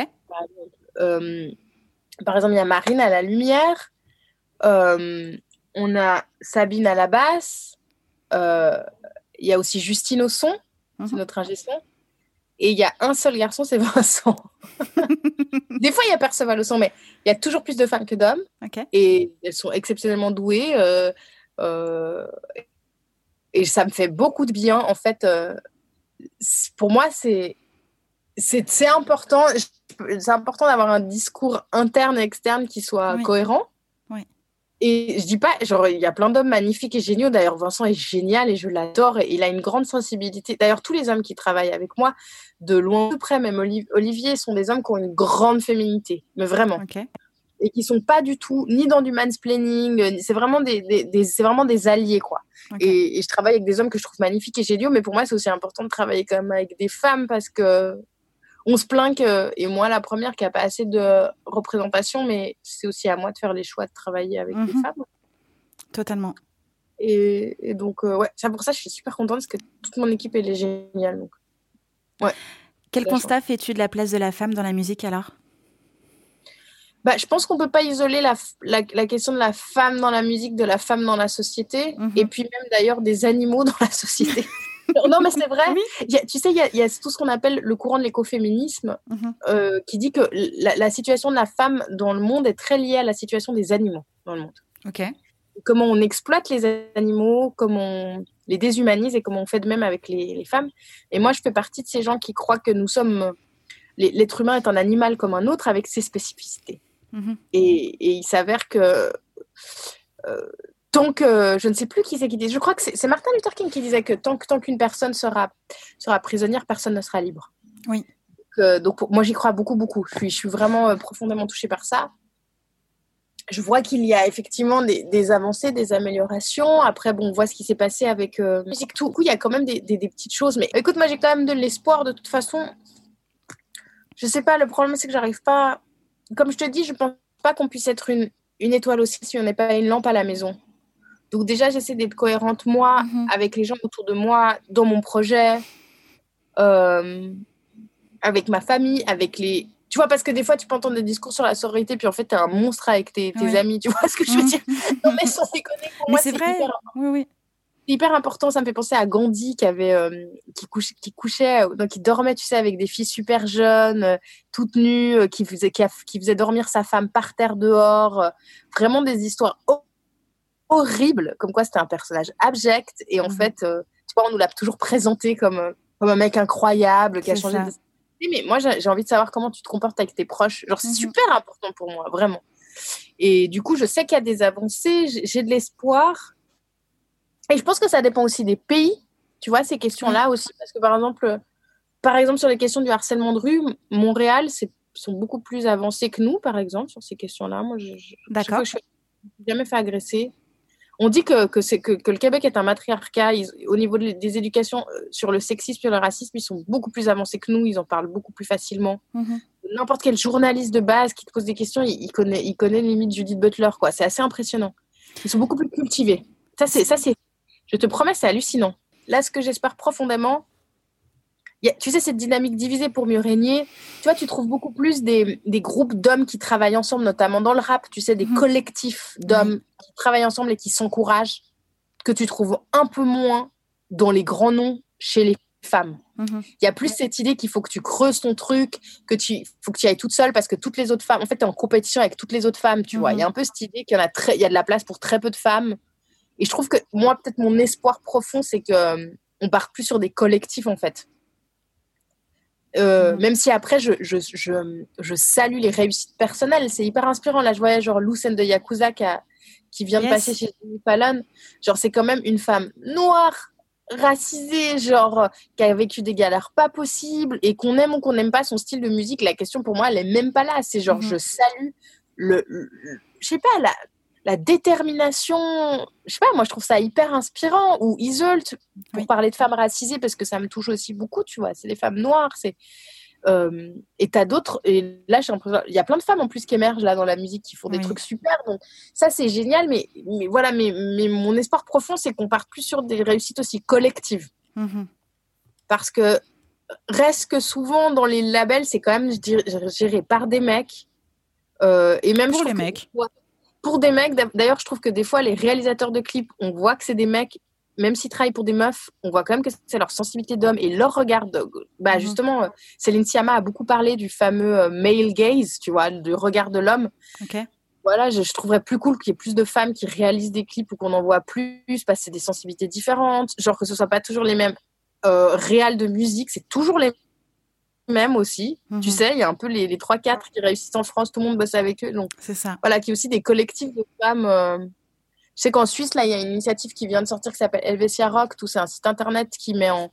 Par exemple, il y a Marine à la lumière, on a Sabine à la basse, il y a aussi Justine au son, c'est notre ingé son, et il y a un seul garçon, c'est Vincent. Des fois, il y a Perceval au son, mais il y a toujours plus de femmes que d'hommes, et elles sont exceptionnellement douées, et ça me fait beaucoup de bien. En fait, pour moi, c'est important. C'est important d'avoir un discours interne et externe qui soit cohérent. Oui. Et je dis pas, genre, il y a plein d'hommes magnifiques et géniaux. D'ailleurs, Vincent est génial et je l'adore. Et il a une grande sensibilité. D'ailleurs, tous les hommes qui travaillent avec moi, de loin de près, même Olivier, sont des hommes qui ont une grande féminité. Mais vraiment. Et qui sont pas du tout ni dans du mansplaining. C'est vraiment c'est vraiment des alliés, quoi. Et je travaille avec des hommes que je trouve magnifiques et géniaux. Mais pour moi, c'est aussi important de travailler quand même avec des femmes parce que on se plaint et moi la première, qui n'a pas assez de représentation, mais c'est aussi à moi de faire les choix de travailler avec des femmes. Totalement. Et donc, c'est pour ça que je suis super contente parce que toute mon équipe, elle est géniale. Donc, Quel constat fais-tu de la place de la femme dans la musique alors ? Je pense qu'on ne peut pas isoler la question de la femme dans la musique de la femme dans la société, et puis même d'ailleurs des animaux dans la société. Non, mais c'est vrai. Tu sais, il y a tout ce qu'on appelle le courant de l'écoféminisme qui dit que la situation de la femme dans le monde est très liée à la situation des animaux dans le monde. Comment on exploite les animaux, comment on les déshumanise et comment on fait de même avec les femmes. Et moi, je fais partie de ces gens qui croient que nous sommes... L'être humain est un animal comme un autre avec ses spécificités. Et il s'avère que... tant que, je ne sais plus qui c'est qui dit, je crois que c'est Martin Luther King qui disait que tant qu'une personne sera prisonnière, personne ne sera libre. Donc moi j'y crois beaucoup. Je suis vraiment profondément touchée par ça. Je vois qu'il y a effectivement des avancées, des améliorations. Après, on voit ce qui s'est passé avec musique. Tout coup, il y a quand même des petites choses. Mais écoute, moi j'ai quand même de l'espoir de toute façon. Je sais pas, le problème c'est que j'arrive pas. Comme je te dis, je pense pas qu'on puisse être une étoile aussi si on n'est pas une lampe à la maison. Donc déjà, j'essaie d'être cohérente, moi, avec les gens autour de moi, dans mon projet, avec ma famille, avec les... Tu vois, parce que des fois, tu peux entendre des discours sur la sororité, puis en fait, t'es un monstre avec tes amis. Tu vois ce que je veux dire ? Non, mais sans déconner, pour moi, c'est vrai. Hyper important. C'est hyper important. Ça me fait penser à Gandhi qui couchait, donc qui dormait, tu sais, avec des filles super jeunes, toutes nues, qui faisait dormir sa femme par terre dehors. Vraiment des histoires horrible, comme quoi c'était un personnage abject, et en fait, tu vois, on nous l'a toujours présenté comme un mec incroyable qui a changé de... Mais moi, j'ai envie de savoir comment tu te comportes avec tes proches. Genre, c'est super important pour moi, vraiment. Et du coup, je sais qu'il y a des avancées, j'ai de l'espoir. Et je pense que ça dépend aussi des pays, tu vois, ces questions-là aussi. Parce que, par exemple, sur les questions du harcèlement de rue, Montréal, sont beaucoup plus avancés que nous, par exemple, sur ces questions-là. Moi, D'accord. Je ne me suis jamais fait agresser. On dit que le Québec est un matriarcat. Au niveau des éducations sur le sexisme et le racisme, ils sont beaucoup plus avancés que nous. Ils en parlent beaucoup plus facilement. N'importe quel journaliste de base qui te pose des questions, il connaît limite Judith Butler, quoi. C'est assez impressionnant. Ils sont beaucoup plus cultivés. Ça, c'est, je te promets, c'est hallucinant. Là, ce que j'espère profondément, tu sais, cette dynamique divisée pour mieux régner. Tu vois, tu trouves beaucoup plus des groupes d'hommes qui travaillent ensemble, notamment dans le rap, tu sais, des collectifs d'hommes qui travaillent ensemble et qui s'encouragent, que tu trouves un peu moins dans les grands noms chez les femmes. Il y a plus cette idée qu'il faut que tu creuses ton truc, faut que tu y ailles toute seule parce que toutes les autres femmes, en fait, tu es en compétition avec toutes les autres femmes, tu vois. Il y a un peu cette idée qu'il y a de la place pour très peu de femmes. Et je trouve que moi, peut-être mon espoir profond, c'est qu'on part plus sur des collectifs, en fait. Même si après je salue les réussites personnelles, c'est hyper inspirant. Là je voyais genre Lucène de Yakuza qui vient de passer chez Jimmy Fallon. Genre c'est quand même une femme noire, racisée, genre qui a vécu des galères pas possibles, et qu'on aime ou qu'on n'aime pas son style de musique, la question pour moi elle est même pas là. C'est genre je salue je sais pas, la détermination, je sais pas, moi je trouve ça hyper inspirant. Ou Iseult, pour parler de femmes racisées, parce que ça me touche aussi beaucoup, tu vois, c'est des femmes noires, et t'as d'autres, et là j'ai l'impression, il y a plein de femmes en plus qui émergent là dans la musique, qui font des trucs super, donc ça c'est génial, mais voilà, mais mon espoir profond, c'est qu'on parte plus sur des réussites aussi collectives. Parce que reste que souvent dans les labels, c'est quand même géré par des mecs, et même pour les mecs. Pour des mecs, d'ailleurs, je trouve que des fois, les réalisateurs de clips, on voit que c'est des mecs, même s'ils travaillent pour des meufs, on voit quand même que c'est leur sensibilité d'homme et leur regard. Justement, Céline Sciamma a beaucoup parlé du fameux male gaze, tu vois, du regard de l'homme. Voilà, je trouverais plus cool qu'il y ait plus de femmes qui réalisent des clips ou qu'on en voit plus, parce que c'est des sensibilités différentes. Genre que ce soit pas toujours les mêmes réals de musique, c'est toujours les même aussi, tu sais, il y a un peu les 3-4 qui réussissent en France, tout le monde bosse avec eux, donc c'est ça. Voilà, qui est aussi des collectifs de femmes. Je sais qu'en Suisse, là, il y a une initiative qui vient de sortir qui s'appelle Helvetia Rock, c'est un site internet qui met en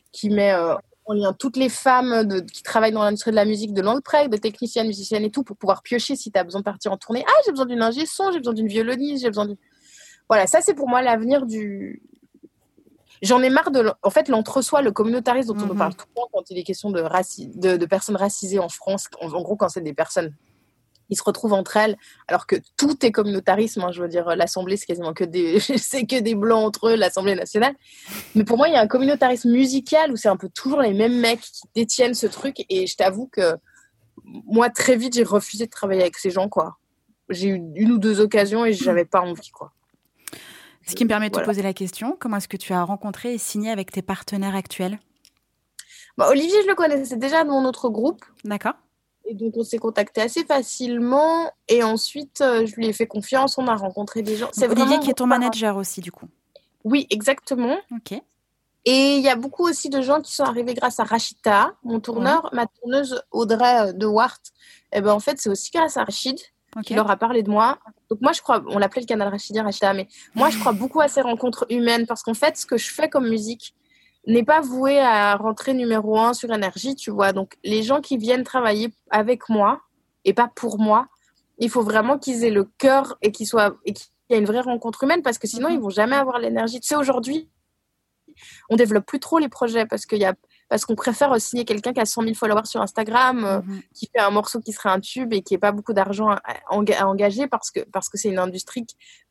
lien toutes les femmes qui travaillent dans l'industrie de la musique de longue près, de techniciennes, musiciennes et tout, pour pouvoir piocher si tu as besoin de partir en tournée. Ah, j'ai besoin d'une ingé son, j'ai besoin d'une violoniste, j'ai besoin d'une... Voilà, ça c'est pour moi l'avenir du... J'en ai marre en fait, l'entre-soi, le communautarisme dont on parle tout le temps quand il est question de personnes racisées en France. En gros, quand c'est des personnes qui se retrouvent entre elles, alors que tout est communautarisme. Je veux dire, l'Assemblée, c'est quasiment que des blancs entre eux, l'Assemblée nationale. Mais pour moi, il y a un communautarisme musical où c'est un peu toujours les mêmes mecs qui détiennent ce truc. Et je t'avoue que moi, très vite, j'ai refusé de travailler avec ces gens, quoi. J'ai eu 1 ou 2 occasions et j'avais pas envie, quoi. Ce qui me permet de te poser la question, comment est-ce que tu as rencontré et signé avec tes partenaires actuels ? Olivier, je le connaissais déjà de mon autre groupe. D'accord. Et donc, on s'est contacté assez facilement. Et ensuite, je lui ai fait confiance. On a rencontré des gens. C'est Olivier qui est ton manager aussi, du coup. Oui, exactement. Ok. Et il y a beaucoup aussi de gens qui sont arrivés grâce à Rachita, mon tourneur. Ma tourneuse Audrey de Wart. En fait, c'est aussi grâce à Rachid qui leur a parlé de moi. Donc moi, je crois, on l'appelait le canal Rachidien, Rachida, mais moi, je crois beaucoup à ces rencontres humaines parce qu'en fait, ce que je fais comme musique n'est pas voué à rentrer numéro 1 sur Énergie, tu vois. Donc, les gens qui viennent travailler avec moi et pas pour moi, il faut vraiment qu'ils aient le cœur et qu'il y ait une vraie rencontre humaine parce que sinon, ils vont jamais avoir l'énergie. Tu sais, aujourd'hui, on développe plus trop les projets parce qu'on préfère signer quelqu'un qui a 100 000 followers sur Instagram, qui fait un morceau qui serait un tube et qui n'a pas beaucoup d'argent à engager parce que c'est une industrie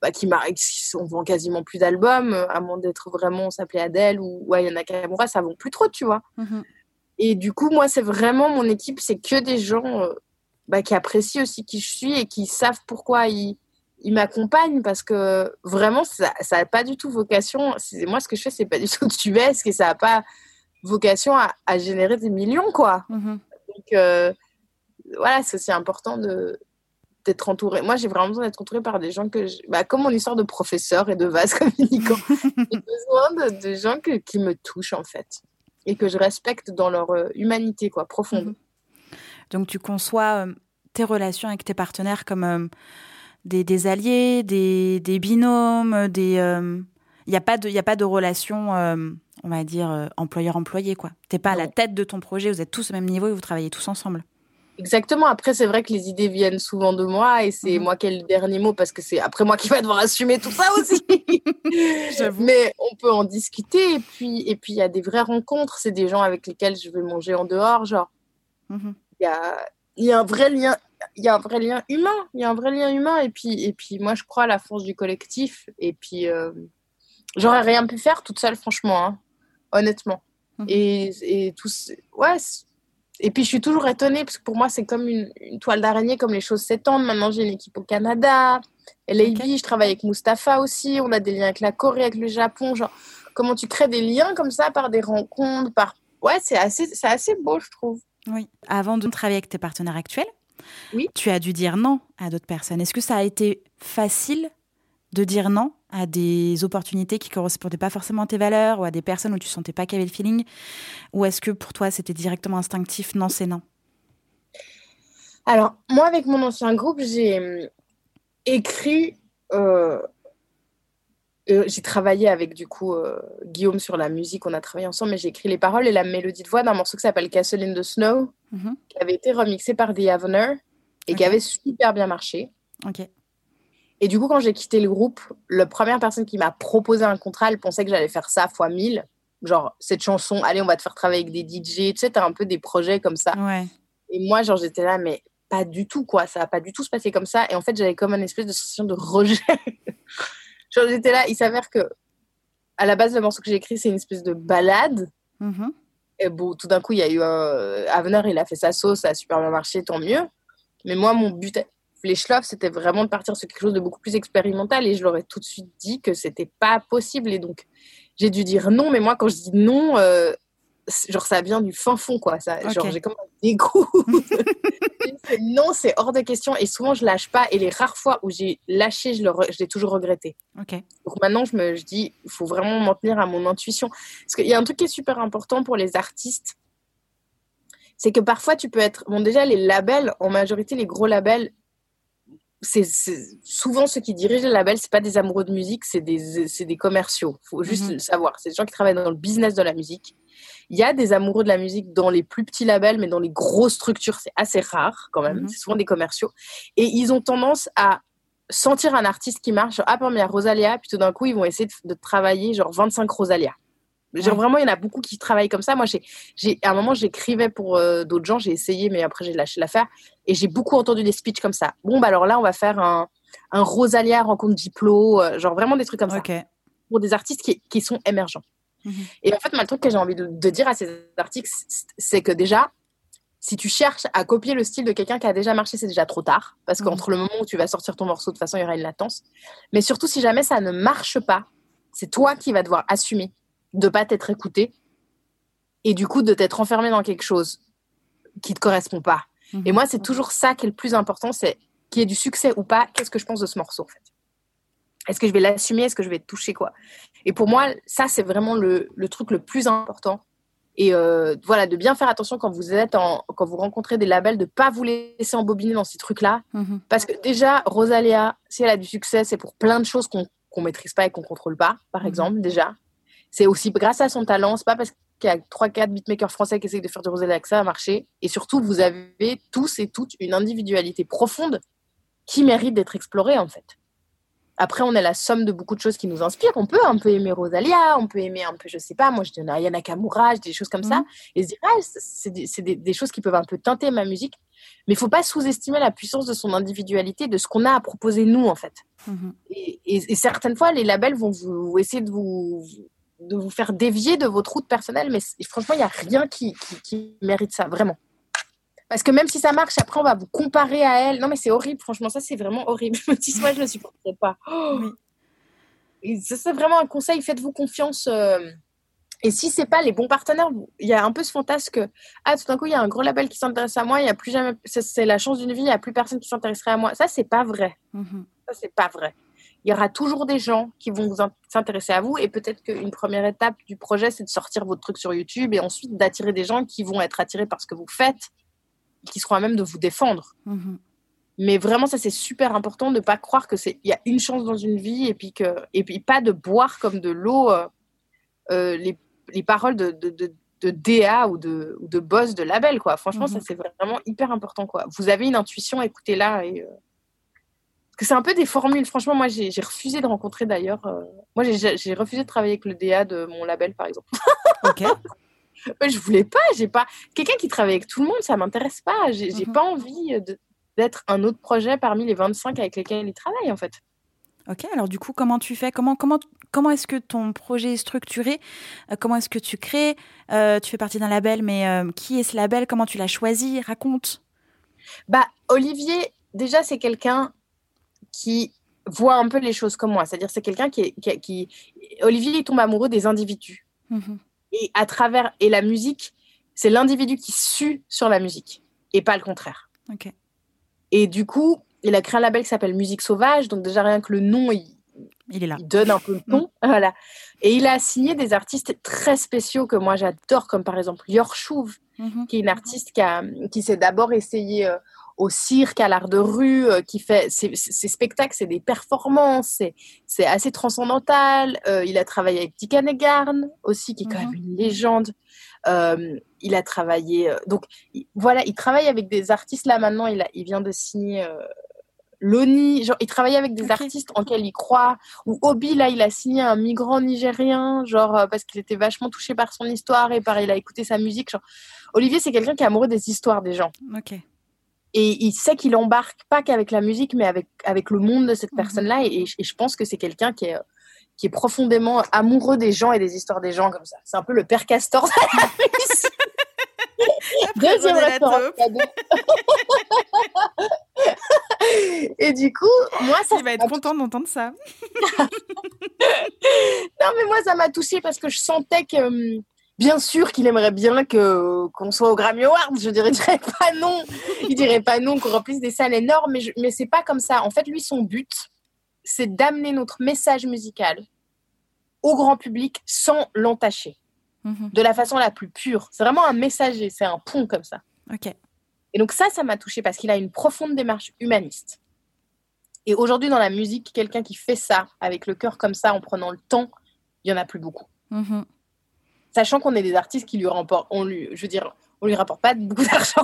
on vend quasiment plus d'albums, à moins d'être vraiment, on s'appelait Adele ou Ayana Nakamura, ça vend plus trop, tu vois. Et du coup, moi, c'est vraiment mon équipe, c'est que des gens qui apprécient aussi qui je suis et qui savent pourquoi ils m'accompagnent parce que vraiment, ça n'a pas du tout vocation. Moi, ce que je fais, c'est pas du tout tubesque et ça n'a pas vocation à générer des millions, quoi. Donc, voilà, c'est aussi important d'être entouré. Moi, j'ai vraiment besoin d'être entourée par des gens comme mon histoire de professeur et de vase communicant. J'ai besoin de gens qui me touchent, en fait, et que je respecte dans leur humanité, quoi, profonde. Donc, tu conçois tes relations avec tes partenaires comme des alliés, des binômes, il n'y a pas de relation, on va dire, employeur-employé, quoi. Tu n'es pas à la tête de ton projet, vous êtes tous au même niveau et vous travaillez tous ensemble. Exactement. Après, c'est vrai que les idées viennent souvent de moi et c'est moi qui ai le dernier mot parce que c'est après moi qui va devoir assumer tout ça aussi. J'avoue. Mais on peut en discuter et puis il y a des vraies rencontres. C'est des gens avec lesquels je vais manger en dehors, genre. Il y a un vrai lien. Il y a un vrai lien humain. Et puis moi, je crois à la force du collectif. Et puis, j'aurais rien pu faire toute seule, franchement, hein, honnêtement. Et tout, ouais. Et puis, je suis toujours étonnée parce que pour moi, c'est comme une toile d'araignée, comme les choses s'étendent. Maintenant, j'ai une équipe au Canada. LAB, je travaille avec Mustapha aussi. On a des liens avec la Corée, avec le Japon. Genre, comment tu crées des liens comme ça par des rencontres, Ouais, c'est assez beau, je trouve. Oui. Avant de travailler avec tes partenaires actuels, tu as dû dire non à d'autres personnes. Est-ce que ça a été facile de dire non à des opportunités qui ne correspondaient pas forcément à tes valeurs ou à des personnes où tu ne sentais pas qu'il y avait le feeling ? Ou est-ce que pour toi, c'était directement instinctif ? Non, c'est non. Alors, moi, avec mon ancien groupe, j'ai écrit... j'ai travaillé avec, du coup, Guillaume sur la musique. On a travaillé ensemble, mais j'ai écrit les paroles et la mélodie de voix d'un morceau qui s'appelle Castle in the Snow, qui avait été remixé par The Avener et qui avait super bien marché. Et du coup, quand j'ai quitté le groupe, la première personne qui m'a proposé un contrat, elle pensait que j'allais faire ça fois 1000. Genre, cette chanson, allez, on va te faire travailler avec des DJ. Tu sais, t'as un peu des projets comme ça. Ouais. Et moi, genre, j'étais là, mais pas du tout, quoi. Ça va pas du tout se passer comme ça. Et en fait, j'avais comme une espèce de sensation de rejet. Genre, j'étais là, il s'avère que, à la base, le morceau que j'ai écrit, c'est une espèce de ballade. Mm-hmm. Et bon, tout d'un coup, il y a eu Avener, il a fait sa sauce, ça a super bien marché, tant mieux. Mais moi, mon but, les Schloff, c'était vraiment de partir sur quelque chose de beaucoup plus expérimental. Et je leur ai tout de suite dit que c'était pas possible. Et donc, j'ai dû dire non. Mais moi, quand je dis non, genre, ça vient du fin fond, quoi. Ça, Okay. Genre, j'ai comme un dégoût. Non, c'est hors de question. Et souvent, je lâche pas. Et les rares fois où j'ai lâché, je l'ai toujours regretté. Okay. Donc maintenant, je dis, il faut vraiment m'en tenir à mon intuition. Parce qu'il y a un truc qui est super important pour les artistes, c'est que parfois, tu peux être... Bon, déjà, les labels, en majorité, les gros labels, c'est souvent ceux qui dirigent les labels, c'est pas des amoureux de musique, c'est des commerciaux. Il faut juste le savoir. C'est des gens qui travaillent dans le business de la musique. Il y a des amoureux de la musique dans les plus petits labels, mais dans les grosses structures, c'est assez rare quand même. C'est souvent des commerciaux. Et ils ont tendance à sentir un artiste qui marche, genre, ah, il y a Rosalia, puis tout d'un coup, ils vont essayer de travailler genre 25 Rosalia. Genre, vraiment, il y en a beaucoup qui travaillent comme ça. Moi, à un moment, j'écrivais pour d'autres gens, j'ai essayé, mais après, j'ai lâché l'affaire. Et j'ai beaucoup entendu des speeches comme ça. Bon, bah alors là, on va faire un Rosalia rencontre Diplo, genre vraiment des trucs comme ça. Pour des artistes qui sont émergents. Et en fait, moi, le truc que j'ai envie de dire à ces artistes, c'est que déjà, si tu cherches à copier le style de quelqu'un qui a déjà marché, c'est déjà trop tard. Parce qu'entre le moment où tu vas sortir ton morceau, de toute façon, il y aura une latence. Mais surtout, si jamais ça ne marche pas, c'est toi qui vas devoir assumer de ne pas t'être écouté et du coup de t'être enfermé dans quelque chose qui ne te correspond pas. Et moi, c'est toujours ça qui est le plus important, c'est qu'il y ait du succès ou pas, qu'est-ce que je pense de ce morceau, en fait. Est-ce que je vais l'assumer? Est-ce que je vais te toucher, quoi? Et pour moi, ça, c'est vraiment le truc le plus important. Et voilà, de bien faire attention quand vous rencontrez des labels, de ne pas vous laisser embobiner dans ces trucs-là. Parce que déjà, Rosalia, si elle a du succès, c'est pour plein de choses qu'on ne maîtrise pas et qu'on ne contrôle pas, par exemple, déjà. C'est aussi grâce à son talent, c'est pas parce qu'il y a 3-4 beatmakers français qui essayent de faire du Rosalia que ça a marché. Et surtout, vous avez tous et toutes une individualité profonde qui mérite d'être explorée, en fait. Après, on est la somme de beaucoup de choses qui nous inspirent. On peut un peu aimer Rosalia, on peut aimer un peu, je sais pas, moi je dis Aya Nakamura, des choses comme ça. Et se dire, c'est des choses qui peuvent un peu teinter ma musique. Mais il faut pas sous-estimer la puissance de son individualité, de ce qu'on a à proposer nous, en fait. Et certaines fois, les labels vont essayer de vous faire dévier de votre route personnelle, mais franchement, il n'y a rien qui mérite ça, vraiment. Parce que même si ça marche, après, on va vous comparer à elle. Non, mais c'est horrible, franchement, ça, c'est vraiment horrible. Je me dis, moi, je ne le supporterais pas. Et ça, c'est vraiment un conseil, faites-vous confiance. Et si ce n'est pas les bons partenaires, il y a un peu ce fantasme que, tout d'un coup, il y a un gros label qui s'intéresse à moi, il y a plus jamais, c'est la chance d'une vie, il n'y a plus personne qui s'intéresserait à moi. Ça, ce n'est pas vrai. Ça, ce n'est pas vrai. Il y aura toujours des gens qui vont s'intéresser à vous et peut-être qu'une première étape du projet, c'est de sortir votre truc sur YouTube et ensuite d'attirer des gens qui vont être attirés par ce que vous faites, qui seront à même de vous défendre. Mais vraiment, ça, c'est super important de ne pas croire qu'il y a une chance dans une vie et puis pas de boire comme de l'eau les paroles de DA ou de boss de label, quoi. Franchement, ça, c'est vraiment hyper important, quoi. Vous avez une intuition, écoutez-la et... Parce que c'est un peu des formules. Franchement, moi, j'ai refusé de rencontrer d'ailleurs. Moi, j'ai refusé de travailler avec le DA de mon label, par exemple. Ok. Je voulais pas. J'ai pas. Quelqu'un qui travaille avec tout le monde, ça m'intéresse pas. J'ai pas envie d'être un autre projet parmi les 25 avec lesquels il travaille, en fait. Ok. Alors du coup, comment tu fais? Comment est-ce que ton projet est structuré? Comment est-ce que tu crées? Tu fais partie d'un label, mais qui est ce label? Comment tu l'as choisi? Raconte. Bah, Olivier, déjà, c'est quelqu'un qui voit un peu les choses comme moi. C'est-à-dire, c'est quelqu'un qui... Olivier, il tombe amoureux des individus. Et la musique, c'est l'individu qui sue sur la musique et pas le contraire. Okay. Et du coup, il a créé un label qui s'appelle Musique Sauvage. Donc déjà, rien que le nom, il est là. Il donne un peu le ton. Voilà. Et il a signé des artistes très spéciaux que moi, j'adore, comme par exemple Lior Chouv, qui est une artiste qui s'est d'abord essayée... au cirque, à l'art de rue, qui fait ses spectacles, c'est des performances, c'est assez transcendantal. Il a travaillé avec Dick Garn aussi, qui est quand même une légende. Il a travaillé... donc, voilà, il travaille avec des artistes. Là, maintenant, il vient de signer Loni, genre, il travaillait avec des artistes en lesquels il croit. Ou Obi, là, il a signé un migrant nigérien, genre, parce qu'il était vachement touché par son histoire et il a écouté sa musique. Genre. Olivier, c'est quelqu'un qui est amoureux des histoires des gens. Ok. Et il sait qu'il embarque pas qu'avec la musique, mais avec le monde de cette personne-là. Et je pense que c'est quelqu'un qui est profondément amoureux des gens et des histoires des gens, comme ça. C'est un peu le père Castor de la musique. Deuxième restaurant. Et du coup, moi, ça... Il va être content d'entendre ça. Non, mais moi, ça m'a touchée parce que je sentais que... Bien sûr qu'il aimerait bien qu'on soit au Grammy Awards. Je dirais pas non. Il dirait pas non qu'on remplisse des salles énormes, mais c'est pas comme ça. En fait, lui, son but, c'est d'amener notre message musical au grand public sans l'entacher. De la façon la plus pure. C'est vraiment un messager, c'est un pont comme ça. Ok. Et donc ça m'a touchée parce qu'il a une profonde démarche humaniste. Et aujourd'hui, dans la musique, quelqu'un qui fait ça avec le cœur comme ça, en prenant le temps, il y en a plus beaucoup. Sachant qu'on est des artistes qui lui rapportent, on lui rapporte pas beaucoup d'argent.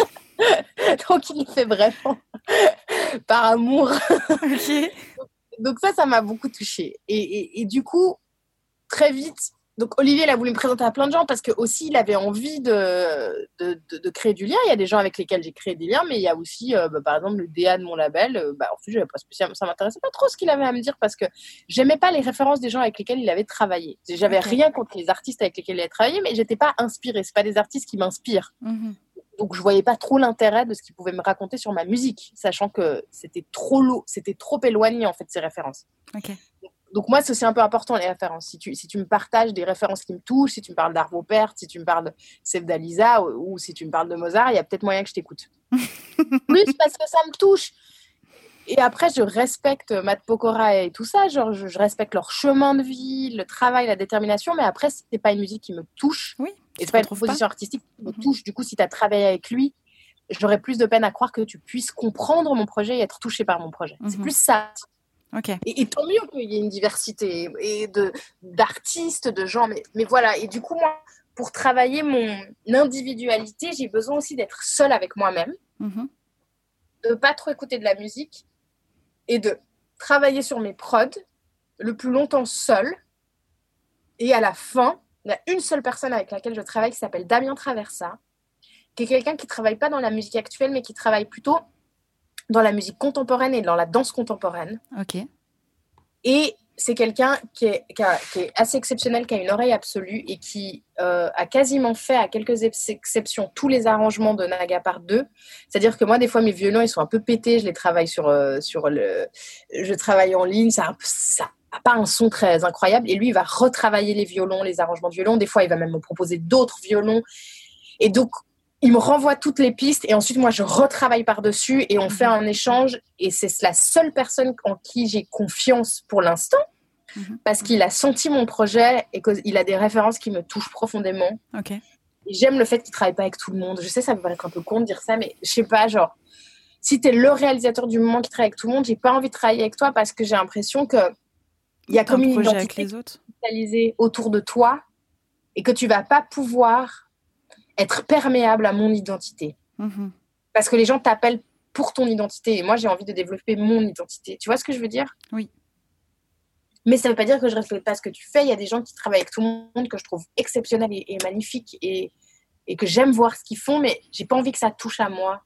Donc il le fait vraiment par amour. Ok. Donc ça m'a beaucoup touchée. Et du coup, très vite, donc Olivier, il a voulu me présenter à plein de gens parce que aussi il avait envie de créer du lien. Il y a des gens avec lesquels j'ai créé des liens, mais il y a aussi, par exemple, le DA de mon label. En fait, j'avais pas spécialement, ça m'intéressait pas trop ce qu'il avait à me dire parce que j'aimais pas les références des gens avec lesquels il avait travaillé. J'avais rien contre les artistes avec lesquels il avait travaillé, mais j'étais pas inspirée. C'est pas des artistes qui m'inspirent. Donc je voyais pas trop l'intérêt de ce qu'il pouvait me raconter sur ma musique, sachant que c'était trop lourd, c'était trop éloigné en fait ces références. Ok. Donc moi, c'est aussi un peu important, les références. Si tu me partages des références qui me touchent, si tu me parles d'Arvo Pärt, si tu me parles de Sevda Lisa ou si tu me parles de Mozart, il y a peut-être moyen que je t'écoute. Plus parce que ça me touche. Et après, je respecte Matt Pokora et tout ça. Genre, je respecte leur chemin de vie, le travail, la détermination. Mais après, c'est pas une musique qui me touche. Oui. Et c'est pas une proposition artistique qui me touche. Du coup, si tu as travaillé avec lui, j'aurais plus de peine à croire que tu puisses comprendre mon projet et être touché par mon projet. C'est plus ça. Okay. Et tant mieux qu'il y ait une diversité et d'artistes, de gens. Mais voilà. Et du coup, moi, pour travailler mon individualité, j'ai besoin aussi d'être seule avec moi-même, de ne pas trop écouter de la musique et de travailler sur mes prods le plus longtemps seule. Et à la fin, il y a une seule personne avec laquelle je travaille qui s'appelle Damien Traversa, qui est quelqu'un qui ne travaille pas dans la musique actuelle, mais qui travaille plutôt dans la musique contemporaine et dans la danse contemporaine. Ok. Et c'est quelqu'un qui est assez exceptionnel, qui a une oreille absolue et qui a quasiment fait, à quelques exceptions, tous les arrangements de Naga Part 2. C'est-à-dire que moi, des fois, mes violons, ils sont un peu pétés. Je les travaille je travaille en ligne. Ça n'a pas un son très incroyable. Et lui, il va retravailler les violons, les arrangements de violons. Des fois, il va même me proposer d'autres violons. Et donc, il me renvoie toutes les pistes et ensuite, moi, je retravaille par-dessus et on fait un échange. Et c'est la seule personne en qui j'ai confiance pour l'instant parce qu'il a senti mon projet et qu'il a des références qui me touchent profondément. Okay. Et j'aime le fait qu'il ne travaille pas avec tout le monde. Je sais, ça peut paraître un peu con de dire ça, mais je sais pas, genre, si tu es le réalisateur du moment qui travaille avec tout le monde, j'ai pas envie de travailler avec toi parce que j'ai l'impression qu'il y a comme une identité cristallisée autour de toi et que tu vas pas pouvoir être perméable à mon identité. Parce que les gens t'appellent pour ton identité. Et moi, j'ai envie de développer mon identité. Tu vois ce que je veux dire ? Oui. Mais ça ne veut pas dire que je ne respecte pas ce que tu fais. Il y a des gens qui travaillent avec tout le monde que je trouve exceptionnels et magnifiques et que j'aime voir ce qu'ils font, mais je n'ai pas envie que ça touche à moi.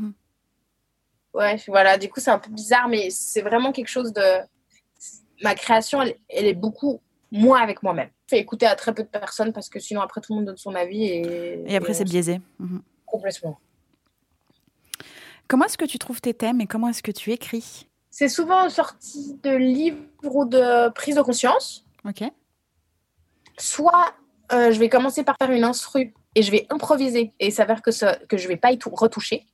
Ouais, voilà. Du coup, c'est un peu bizarre, mais c'est vraiment quelque chose de... Ma création, elle est beaucoup... moi avec moi-même. Je fais écouter à très peu de personnes parce que sinon après tout le monde donne son avis et après c'est biaisé. Complètement. Comment est-ce que tu trouves tes thèmes et comment est-ce que tu écris ? C'est souvent sorti de livres ou de prise de conscience. Ok. Soit je vais commencer par faire une instru et je vais improviser et il s'avère que je vais pas y retoucher.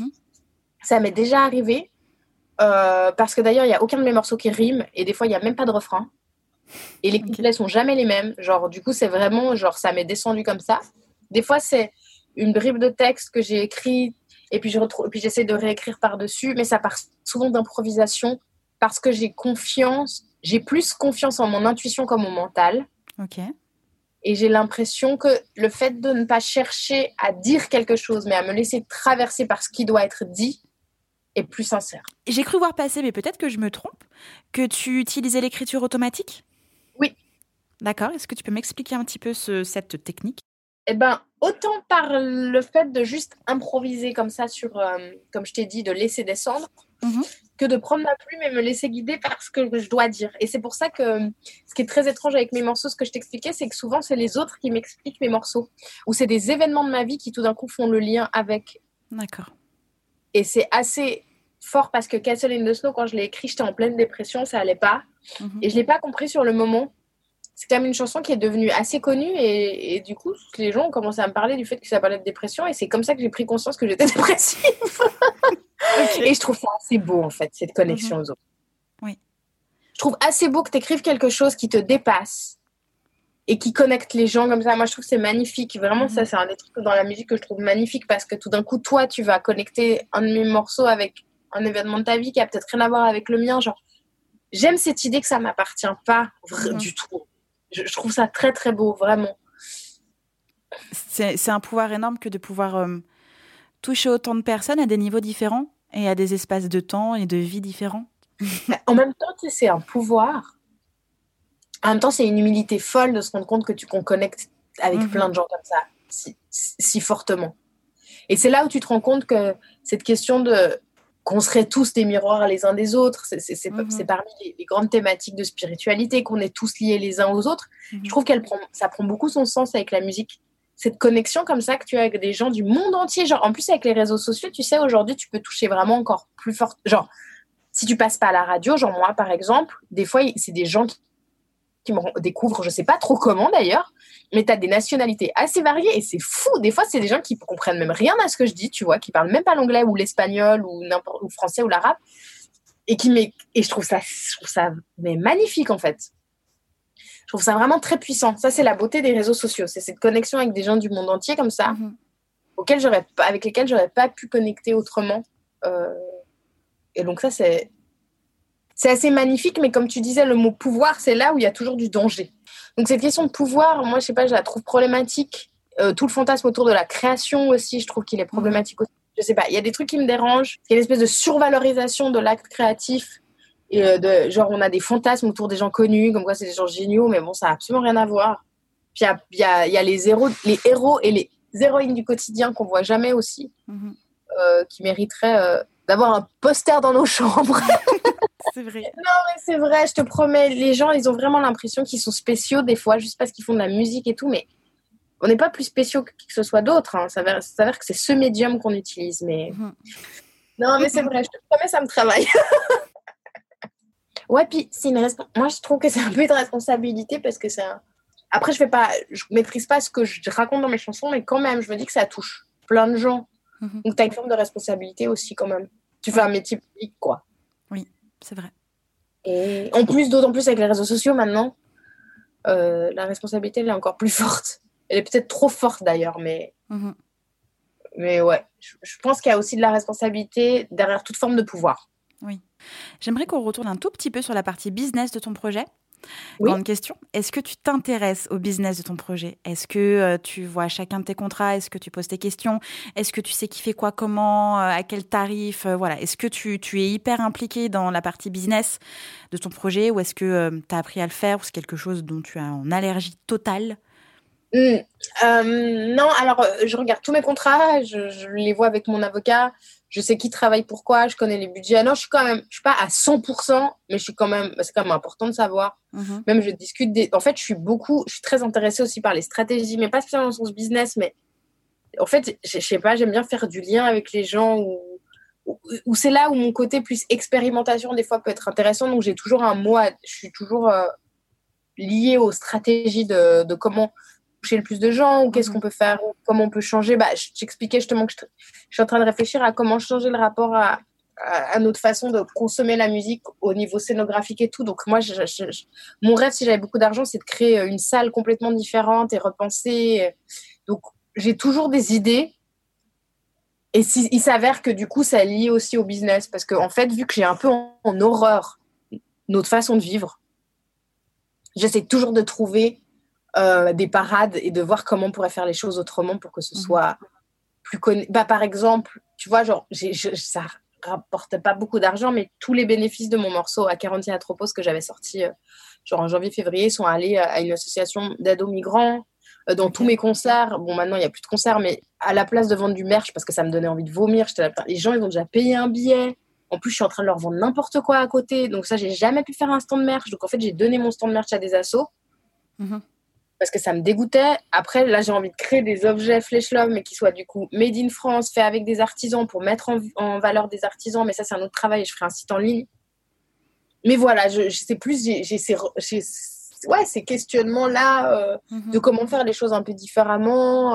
Ça m'est déjà arrivé parce que d'ailleurs il y a aucun de mes morceaux qui rime et des fois il y a même pas de refrain. Et les couplets sont jamais les mêmes. Genre, du coup, c'est vraiment, genre, ça m'est descendu comme ça. Des fois, c'est une bribe de texte que j'ai écrit et puis j'essaie de réécrire par-dessus. Mais ça part souvent d'improvisation parce que j'ai plus confiance en mon intuition qu'en mon mental. Ok. Et j'ai l'impression que le fait de ne pas chercher à dire quelque chose, mais à me laisser traverser par ce qui doit être dit, et plus sincère. J'ai cru voir passer, mais peut-être que je me trompe, que tu utilisais l'écriture automatique ? Oui. D'accord. Est-ce que tu peux m'expliquer un petit peu cette technique ? Eh ben, autant par le fait de juste improviser comme ça sur, comme je t'ai dit, de laisser descendre, que de prendre ma plume et me laisser guider par ce que je dois dire. Et c'est pour ça que ce qui est très étrange avec mes morceaux, ce que je t'expliquais, c'est que souvent, c'est les autres qui m'expliquent mes morceaux. Ou c'est des événements de ma vie qui, tout d'un coup, font le lien avec. D'accord. Et c'est assez fort parce que Castle in the Snow, quand je l'ai écrit, j'étais en pleine dépression, ça allait pas. Et je l'ai pas compris sur le moment. C'est quand même une chanson qui est devenue assez connue et du coup, les gens ont commencé à me parler du fait que ça parlait de dépression et c'est comme ça que j'ai pris conscience que j'étais dépressive. Okay. Et je trouve ça assez beau, en fait, cette connexion aux autres. Oui. Je trouve assez beau que tu écrives quelque chose qui te dépasse et qui connecte les gens comme ça. Moi, je trouve que c'est magnifique. Vraiment, ça, c'est un des trucs dans la musique que je trouve magnifique parce que tout d'un coup, toi, tu vas connecter un de mes morceaux avec un événement de ta vie qui a peut-être rien à voir avec le mien. Genre, j'aime cette idée que ça m'appartient pas du tout. Je trouve ça très, très beau, vraiment. C'est un pouvoir énorme que de pouvoir toucher autant de personnes à des niveaux différents et à des espaces de temps et de vie différents. En même temps, tu sais, c'est un pouvoir. En même temps, c'est une humilité folle de se rendre compte qu'on connecte avec plein de gens comme ça, si fortement. Et c'est là où tu te rends compte que cette question qu'on serait tous des miroirs les uns des autres, c'est parmi les grandes thématiques de spiritualité, qu'on est tous liés les uns aux autres. Je trouve ça prend beaucoup son sens avec la musique. Cette connexion comme ça que tu as avec des gens du monde entier. Genre, en plus, avec les réseaux sociaux, tu sais, aujourd'hui, tu peux toucher vraiment encore plus fort. Genre, si tu passes pas à la radio, genre moi, par exemple, des fois, c'est des gens qui me découvrent, je sais pas trop comment d'ailleurs, mais tu as des nationalités assez variées et c'est fou. Des fois, c'est des gens qui comprennent même rien à ce que je dis, tu vois, qui parlent même pas l'anglais ou l'espagnol ou le français ou l'arabe et je trouve ça mais magnifique en fait. Je trouve ça vraiment très puissant. Ça, c'est la beauté des réseaux sociaux. C'est cette connexion avec des gens du monde entier comme ça, avec lesquels j'aurais pas pu connecter autrement. Et donc ça, c'est assez magnifique, mais comme tu disais, le mot pouvoir, c'est là où il y a toujours du danger. Donc cette question de pouvoir, moi, je sais pas, je la trouve problématique. Tout le fantasme autour de la création aussi, je trouve qu'il est problématique aussi. Je sais pas, il y a des trucs qui me dérangent. Il y a une espèce de survalorisation de l'acte créatif. Et genre, on a des fantasmes autour des gens connus, comme quoi c'est des gens géniaux, mais bon, ça n'a absolument rien à voir. Puis il y a les héros et les héroïnes du quotidien qu'on voit jamais aussi, qui mériteraient d'avoir un poster dans nos chambres. C'est vrai. Non, mais c'est vrai, je te promets, les gens, ils ont vraiment l'impression qu'ils sont spéciaux des fois, juste parce qu'ils font de la musique et tout, mais on n'est pas plus spéciaux que ce soit d'autres. Hein. Ça s'avère que c'est ce médium qu'on utilise, mais... Non, mais c'est vrai, je te promets, ça me travaille. Ouais, puis moi, je trouve que c'est un peu de responsabilité parce que c'est un... Après, je maîtrise pas ce que je raconte dans mes chansons, mais quand même, je me dis que ça touche plein de gens. Donc, tu as une forme de responsabilité aussi, quand même. Tu fais un métier public, quoi. Oui, c'est vrai. Et d'autant plus avec les réseaux sociaux, maintenant, la responsabilité, elle est encore plus forte. Elle est peut-être trop forte, d'ailleurs, mais... Mais ouais, je pense qu'il y a aussi de la responsabilité derrière toute forme de pouvoir. Oui. J'aimerais qu'on retourne un tout petit peu sur la partie business de ton projet. Oui. Grande question. Est-ce que tu t'intéresses au business de ton projet ? Est-ce que tu vois chacun de tes contrats ? Est-ce que tu poses tes questions ? Est-ce que tu sais qui fait quoi, comment, à quel tarif ? Voilà. Est-ce que tu es hyper impliqué dans la partie business de ton projet ou est-ce que tu as appris à le faire ou c'est quelque chose dont tu as une allergie totale ? Non, alors je regarde tous mes contrats, je les vois avec mon avocat, je sais qui travaille pourquoi, je connais les budgets. Non, je suis pas à 100%, mais c'est quand même important de savoir. Même je discute en fait, je suis très intéressée aussi par les stratégies, mais pas spécialement dans le sens business, mais en fait, je sais pas, j'aime bien faire du lien avec les gens ou c'est là où mon côté plus expérimentation des fois peut être intéressant. Donc j'ai toujours je suis toujours liée aux stratégies de comment toucher le plus de gens ou qu'est-ce qu'on peut faire, ou comment on peut changer. Je t'expliquais justement que je suis en train de réfléchir à comment changer le rapport à notre façon de consommer la musique au niveau scénographique et tout. Donc moi, mon rêve, si j'avais beaucoup d'argent, c'est de créer une salle complètement différente et repenser. Donc j'ai toujours des idées et il s'avère que du coup, ça est lié aussi au business parce que en fait, vu que j'ai un peu en horreur notre façon de vivre, j'essaie toujours de trouver des parades et de voir comment on pourrait faire les choses autrement pour que ce soit plus connu. Par exemple, tu vois, genre, rapportait pas beaucoup d'argent, mais tous les bénéfices de mon morceau à Carantina Atropos que j'avais sorti genre en janvier-février sont allés à une association d'aide aux migrants. Dans tous mes concerts, bon maintenant il n'y a plus de concerts, mais à la place de vendre du merch, parce que ça me donnait envie de vomir, j'étais là, les gens ils ont déjà payé un billet, en plus je suis en train de leur vendre n'importe quoi à côté, donc ça j'ai jamais pu faire un stand merch, donc en fait j'ai donné mon stand merch à des assos, parce que ça me dégoûtait. Après là j'ai envie de créer des objets Flesh Love, mais qui soient du coup made in France, fait avec des artisans, pour mettre en valeur des artisans, mais ça c'est un autre travail, et je ferai un site en ligne. Mais voilà, je sais plus, j'ai ces questionnements-là de comment faire les choses un peu différemment.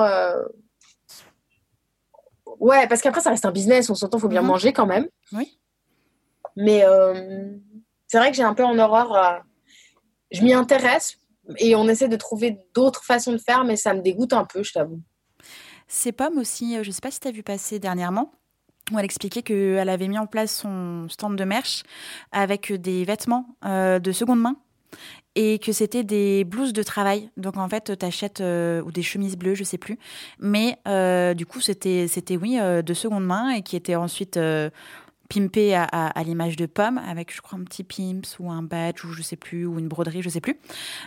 Ouais, parce qu'après, ça reste un business, on s'entend, il faut bien manger quand même. Oui. Mais c'est vrai que j'ai un peu en horreur. Je m'y intéresse et on essaie de trouver d'autres façons de faire, mais ça me dégoûte un peu, je t'avoue. C'est Pomme aussi, je ne sais pas si tu as vu passer dernièrement, où elle expliquait qu'elle avait mis en place son stand de merch avec des vêtements de seconde main et que c'était des blouses de travail. Donc, en fait, tu achètes ou des chemises bleues, je ne sais plus. Mais du coup, c'était oui, de seconde main et qui était ensuite pimpé à l'image de Pomme avec, je crois, un petit pimps ou un badge ou je sais plus, ou une broderie, je sais plus.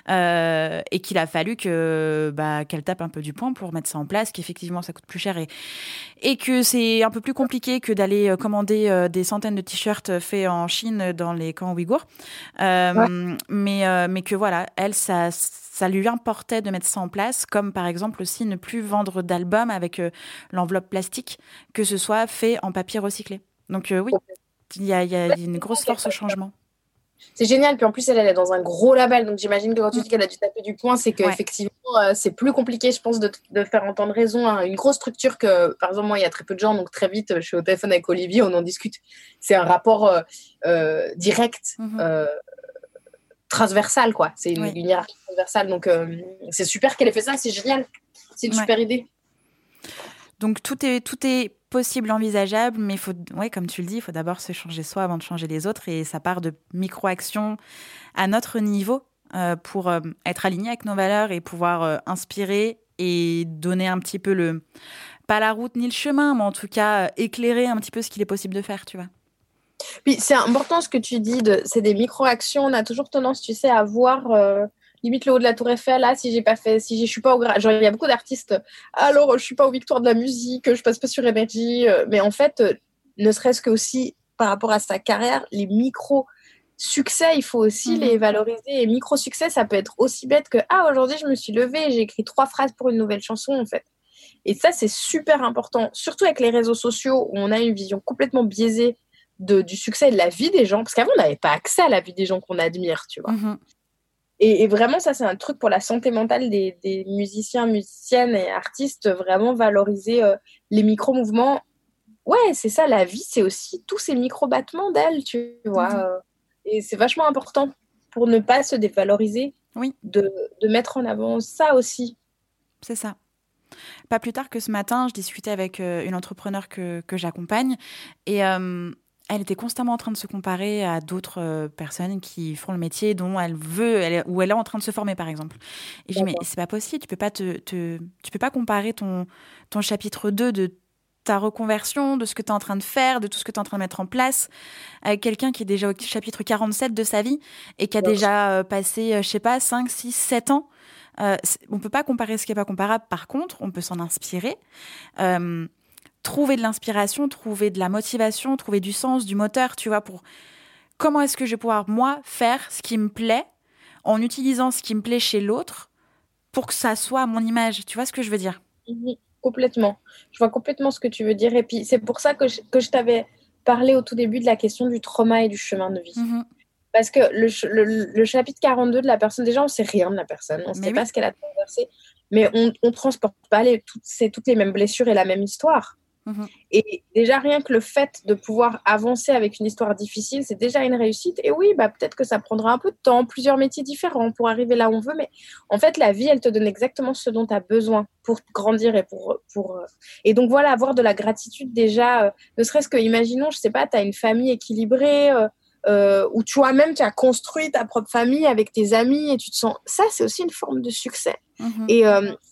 Et qu'il a fallu qu'elle tape un peu du poing pour mettre ça en place, qu'effectivement, ça coûte plus cher et que c'est un peu plus compliqué que d'aller commander des centaines de t-shirts faits en Chine dans les camps ouïghours. Mais que voilà, elle, ça lui importait de mettre ça en place, comme par exemple aussi ne plus vendre d'albums avec l'enveloppe plastique, que ce soit fait en papier recyclé. Donc oui, il y a une grosse force au changement. C'est génial. Puis en plus, elle est dans un gros label. Donc j'imagine que quand tu dis qu'elle a dû taper du poing, c'est qu'effectivement, c'est plus compliqué, je pense, de faire entendre raison à une grosse structure que, par exemple, moi, il y a très peu de gens. Donc très vite, je suis au téléphone avec Olivier, on en discute. C'est un rapport direct, transversal, quoi. C'est une hiérarchie transversale. Donc c'est super qu'elle ait fait ça. C'est génial. C'est une super idée. Donc tout est possible, envisageable, mais comme tu le dis, il faut d'abord se changer soi avant de changer les autres, et ça part de micro-actions à notre niveau pour être aligné avec nos valeurs et pouvoir inspirer et donner un petit peu pas la route ni le chemin, mais en tout cas éclairer un petit peu ce qu'il est possible de faire, tu vois. Puis c'est important ce que tu dis, c'est des micro-actions. On a toujours tendance, tu sais, à voir limite le haut de la Tour Eiffel, là, si je suis pas genre il y a beaucoup d'artistes, alors je suis pas aux victoires de la musique, je passe pas sur énergie, mais en fait, ne serait-ce que aussi par rapport à sa carrière, les micro-succès, il faut aussi les valoriser, et micro-succès, ça peut être aussi bête que aujourd'hui je me suis levée et j'ai écrit 3 phrases pour une nouvelle chanson, en fait. Et ça, c'est super important, surtout avec les réseaux sociaux, où on a une vision complètement biaisée du succès et de la vie des gens, parce qu'avant on n'avait pas accès à la vie des gens qu'on admire, tu vois. Et vraiment, ça, c'est un truc pour la santé mentale des musiciens, musiciennes et artistes, vraiment valoriser les micro-mouvements. Ouais, c'est ça, la vie, c'est aussi tous ces micro-battements d'elle, tu vois. Et c'est vachement important pour ne pas se dévaloriser, de mettre en avant ça aussi. C'est ça. Pas plus tard que ce matin, je discutais avec une entrepreneure que j'accompagne, et elle était constamment en train de se comparer à d'autres personnes qui font le métier dont elle veut, ou elle est en train de se former, par exemple. Et je dis, mais c'est pas possible, tu peux pas comparer ton chapitre 2 de ta reconversion, de ce que tu es en train de faire, de tout ce que tu es en train de mettre en place, avec quelqu'un qui est déjà au chapitre 47 de sa vie et qui a déjà passé, je sais pas, 5, 6, 7 ans. On peut pas comparer ce qui est pas comparable. Par contre, on peut s'en inspirer. Trouver de l'inspiration, trouver de la motivation, trouver du sens, du moteur, tu vois, pour comment est-ce que je vais pouvoir, moi, faire ce qui me plaît en utilisant ce qui me plaît chez l'autre pour que ça soit à mon image. Tu vois ce que je veux dire ? Complètement. Je vois complètement ce que tu veux dire. Et puis, c'est pour ça que je t'avais parlé au tout début de la question du trauma et du chemin de vie. Parce que le chapitre 42 de la personne, déjà, on ne sait rien de la personne. On ne sait pas ce qu'elle a traversé. Mais on ne transporte pas toutes les mêmes blessures et la même histoire. Et déjà, rien que le fait de pouvoir avancer avec une histoire difficile, c'est déjà une réussite. Et oui, peut-être que ça prendra un peu de temps, plusieurs métiers différents pour arriver là où on veut. Mais en fait, la vie, elle te donne exactement ce dont tu as besoin pour grandir et Et donc, voilà, avoir de la gratitude déjà, ne serait-ce que, imaginons, je sais pas, tu as une famille équilibrée, où toi-même, tu as construit ta propre famille avec tes amis et tu te sens... Ça, c'est aussi une forme de succès. Et